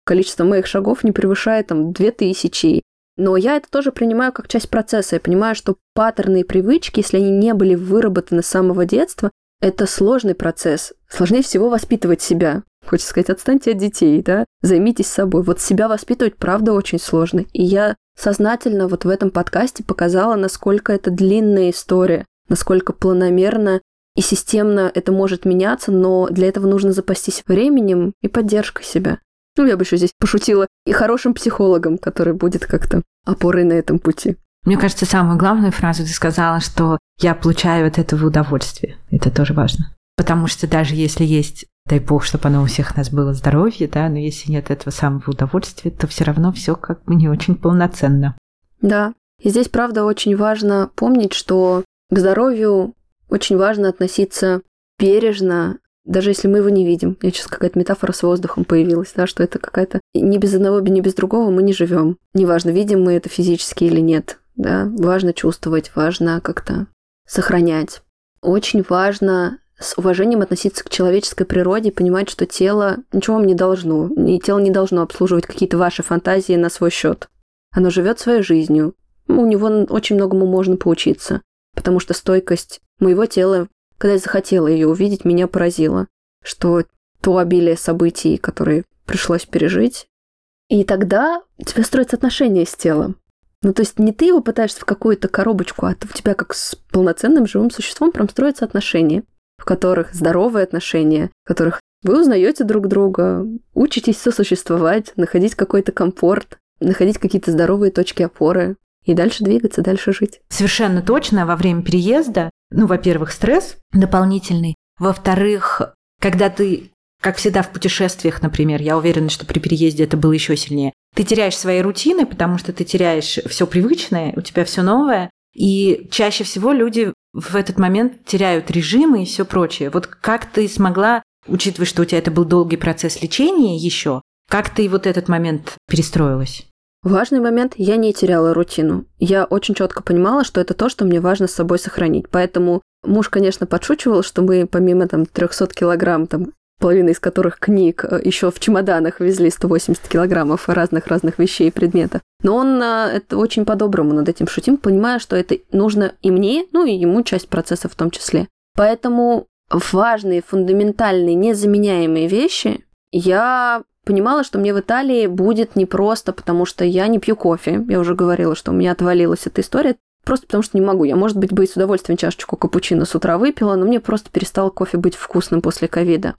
количество моих шагов не превышает там 2000. Но я это тоже принимаю как часть процесса. Я понимаю, что паттерны и привычки, если они не были выработаны с самого детства, это сложный процесс. Сложнее всего воспитывать себя. Хочется сказать, отстаньте от детей, да? Займитесь собой. Вот себя воспитывать, правда, очень сложно. И я сознательно вот в этом подкасте показала, насколько это длинная история, насколько планомерно и системно это может меняться, но для этого нужно запастись временем и поддержкой себя. Ну, я бы еще здесь пошутила, и хорошим психологом, который будет как-то опорой на этом пути. Мне кажется, самую главную фразу ты сказала, что я получаю от этого удовольствие. Это тоже важно. Потому что даже если есть, дай бог, чтобы оно у всех нас было здоровье, да, но если нет этого самого удовольствия, то все равно все как бы не очень полноценно. Да. И здесь, правда, очень важно помнить, что к здоровью очень важно относиться бережно, даже если мы его не видим. У меня сейчас какая-то метафора с воздухом появилась, да, что это какая-то... Ни без одного, ни без другого мы не живем. Неважно, видим мы это физически или нет. Да? Важно чувствовать, важно как-то сохранять. Очень важно с уважением относиться к человеческой природе и понимать, что тело ничего вам не должно. И тело не должно обслуживать какие-то ваши фантазии на свой счет. Оно живет своей жизнью. У него очень многому можно поучиться. Потому что стойкость моего тела, когда я захотела ее увидеть, меня поразило, что то обилие событий, которые пришлось пережить, и тогда у тебя строятся отношения с телом. Ну, то есть не ты его пытаешься в какую-то коробочку, а у тебя как с полноценным живым существом прям строятся отношения, в которых здоровые отношения, в которых вы узнаете друг друга, учитесь сосуществовать, находить какой-то комфорт, находить какие-то здоровые точки опоры и дальше двигаться, дальше жить. Совершенно точно во время переезда, во-первых, стресс дополнительный, во-вторых, когда ты, как всегда в путешествиях, например, я уверена, что при переезде это было еще сильнее, ты теряешь свои рутины, потому что ты теряешь все привычное, у тебя все новое, и чаще всего люди в этот момент теряют режимы и все прочее. Вот как ты смогла, учитывая, что у тебя это был долгий процесс лечения еще, как ты вот этот момент перестроилась? Важный момент, я не теряла рутину. Я очень четко понимала, что это то, что мне важно с собой сохранить. Поэтому муж, конечно, подшучивал, что мы помимо 300 килограмм, половина из которых книг, еще в чемоданах везли 180 килограммов разных вещей и предметов. Но он это очень по-доброму над этим шутил, понимая, что это нужно и мне, и ему часть процесса в том числе. Поэтому важные, фундаментальные, незаменяемые вещи я понимала, что мне в Италии будет непросто, потому что я не пью кофе. Я уже говорила, что у меня отвалилась эта история. Просто потому что не могу. Я, может быть, бы с удовольствием чашечку капучино с утра выпила, но мне просто перестал кофе быть вкусным после ковида.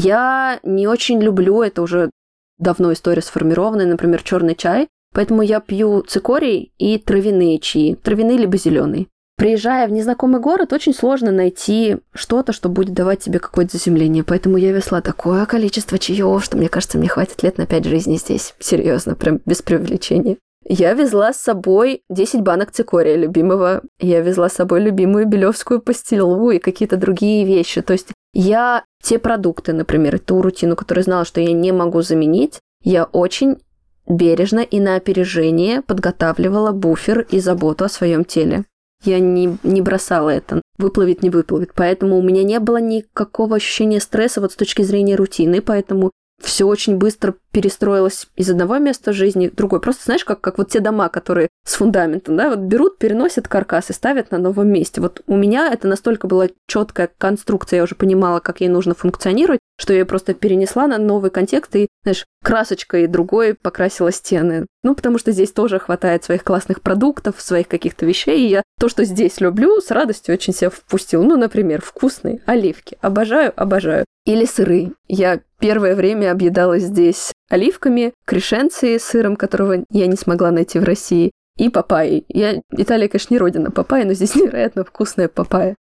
Я не очень люблю, это уже давно история сформированная, например, черный чай. Поэтому я пью цикорий и травяные чаи. Травяные либо зеленые. Приезжая в незнакомый город, очень сложно найти что-то, что будет давать тебе какое-то заземление. Поэтому я везла такое количество чаев, что, мне кажется, мне хватит лет на 5 жизни здесь. Серьезно, прям без преувеличения. Я везла с собой 10 банок цикория любимого. Я везла с собой любимую белевскую пастилу и какие-то другие вещи. То есть я те продукты, например, ту рутину, которую знала, что я не могу заменить, я очень бережно и на опережение подготавливала буфер и заботу о своем теле. Я не бросала это. Выплывет, не выплывет. Поэтому у меня не было никакого ощущения стресса вот с точки зрения рутины, поэтому все очень быстро перестроилось из одного места жизни в другое. Просто знаешь, как вот те дома, которые с фундаментом, да, вот берут, переносят каркас и ставят на новом месте. Вот у меня это настолько была четкая конструкция, я уже понимала, как ей нужно функционировать, что я ее просто перенесла на новый контекст и, знаешь, красочкой другой покрасила стены. Потому что здесь тоже хватает своих классных продуктов, своих каких-то вещей, и я то, что здесь люблю, с радостью очень себя впустила. Например, вкусные оливки. Обожаю. Или сыры. Я первое время объедалась здесь оливками, крешенцией с сыром, которого я не смогла найти в России, и папайей. Италия, конечно, не родина папайи, но здесь невероятно вкусная папайя.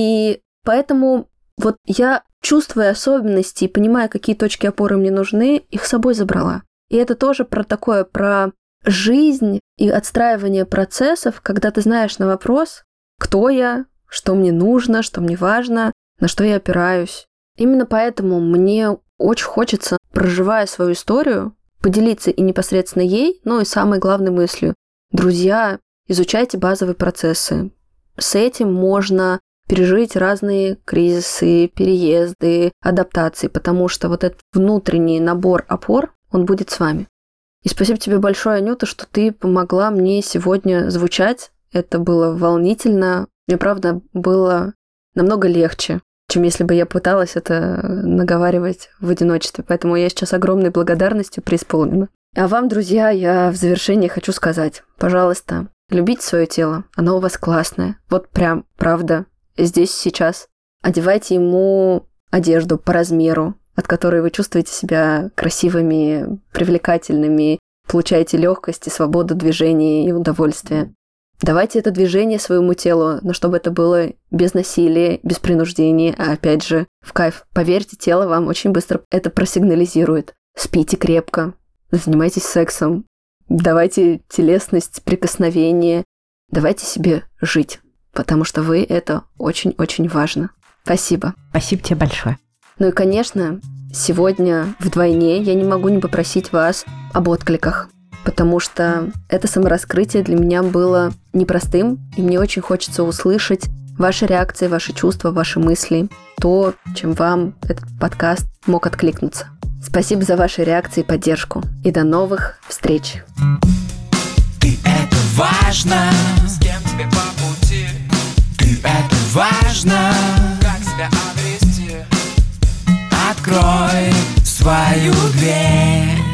И поэтому вот я, чувствуя особенности и понимая, какие точки опоры мне нужны, их с собой забрала. И это тоже про жизнь и отстраивание процессов, когда ты знаешь на вопрос, кто я, что мне нужно, что мне важно, на что я опираюсь. Именно поэтому мне очень хочется, проживая свою историю, поделиться и непосредственно ей, и самой главной мыслью. Друзья, изучайте базовые процессы. С этим можно пережить разные кризисы, переезды, адаптации, потому что вот этот внутренний набор опор он будет с вами. И спасибо тебе большое, Анюта, что ты помогла мне сегодня звучать. Это было волнительно. Мне, правда, было намного легче, чем если бы я пыталась это наговаривать в одиночестве. Поэтому я сейчас огромной благодарностью преисполнена. А вам, друзья, я в завершении хочу сказать, пожалуйста, любите свое тело, оно у вас классное. Вот прям, правда, здесь, сейчас. Одевайте ему одежду по размеру, от которой вы чувствуете себя красивыми, привлекательными, получаете легкость и свободу движения и удовольствия. Давайте это движение своему телу, но чтобы это было без насилия, без принуждения, а опять же, в кайф. Поверьте, тело вам очень быстро это просигнализирует. Спите крепко, занимайтесь сексом, давайте телесность, прикосновение, давайте себе жить, потому что вы — это очень-очень важно. Спасибо. Спасибо тебе большое. Ну и, конечно, сегодня вдвойне я не могу не попросить вас об откликах, потому что это самораскрытие для меня было непростым, и мне очень хочется услышать ваши реакции, ваши чувства, ваши мысли, то, чем вам этот подкаст мог откликнуться. Спасибо за ваши реакции и поддержку. И до новых встреч. Ты — это важно. С кем тебе по пути? Ты — это важно. Как себя обрести? Открой свою дверь.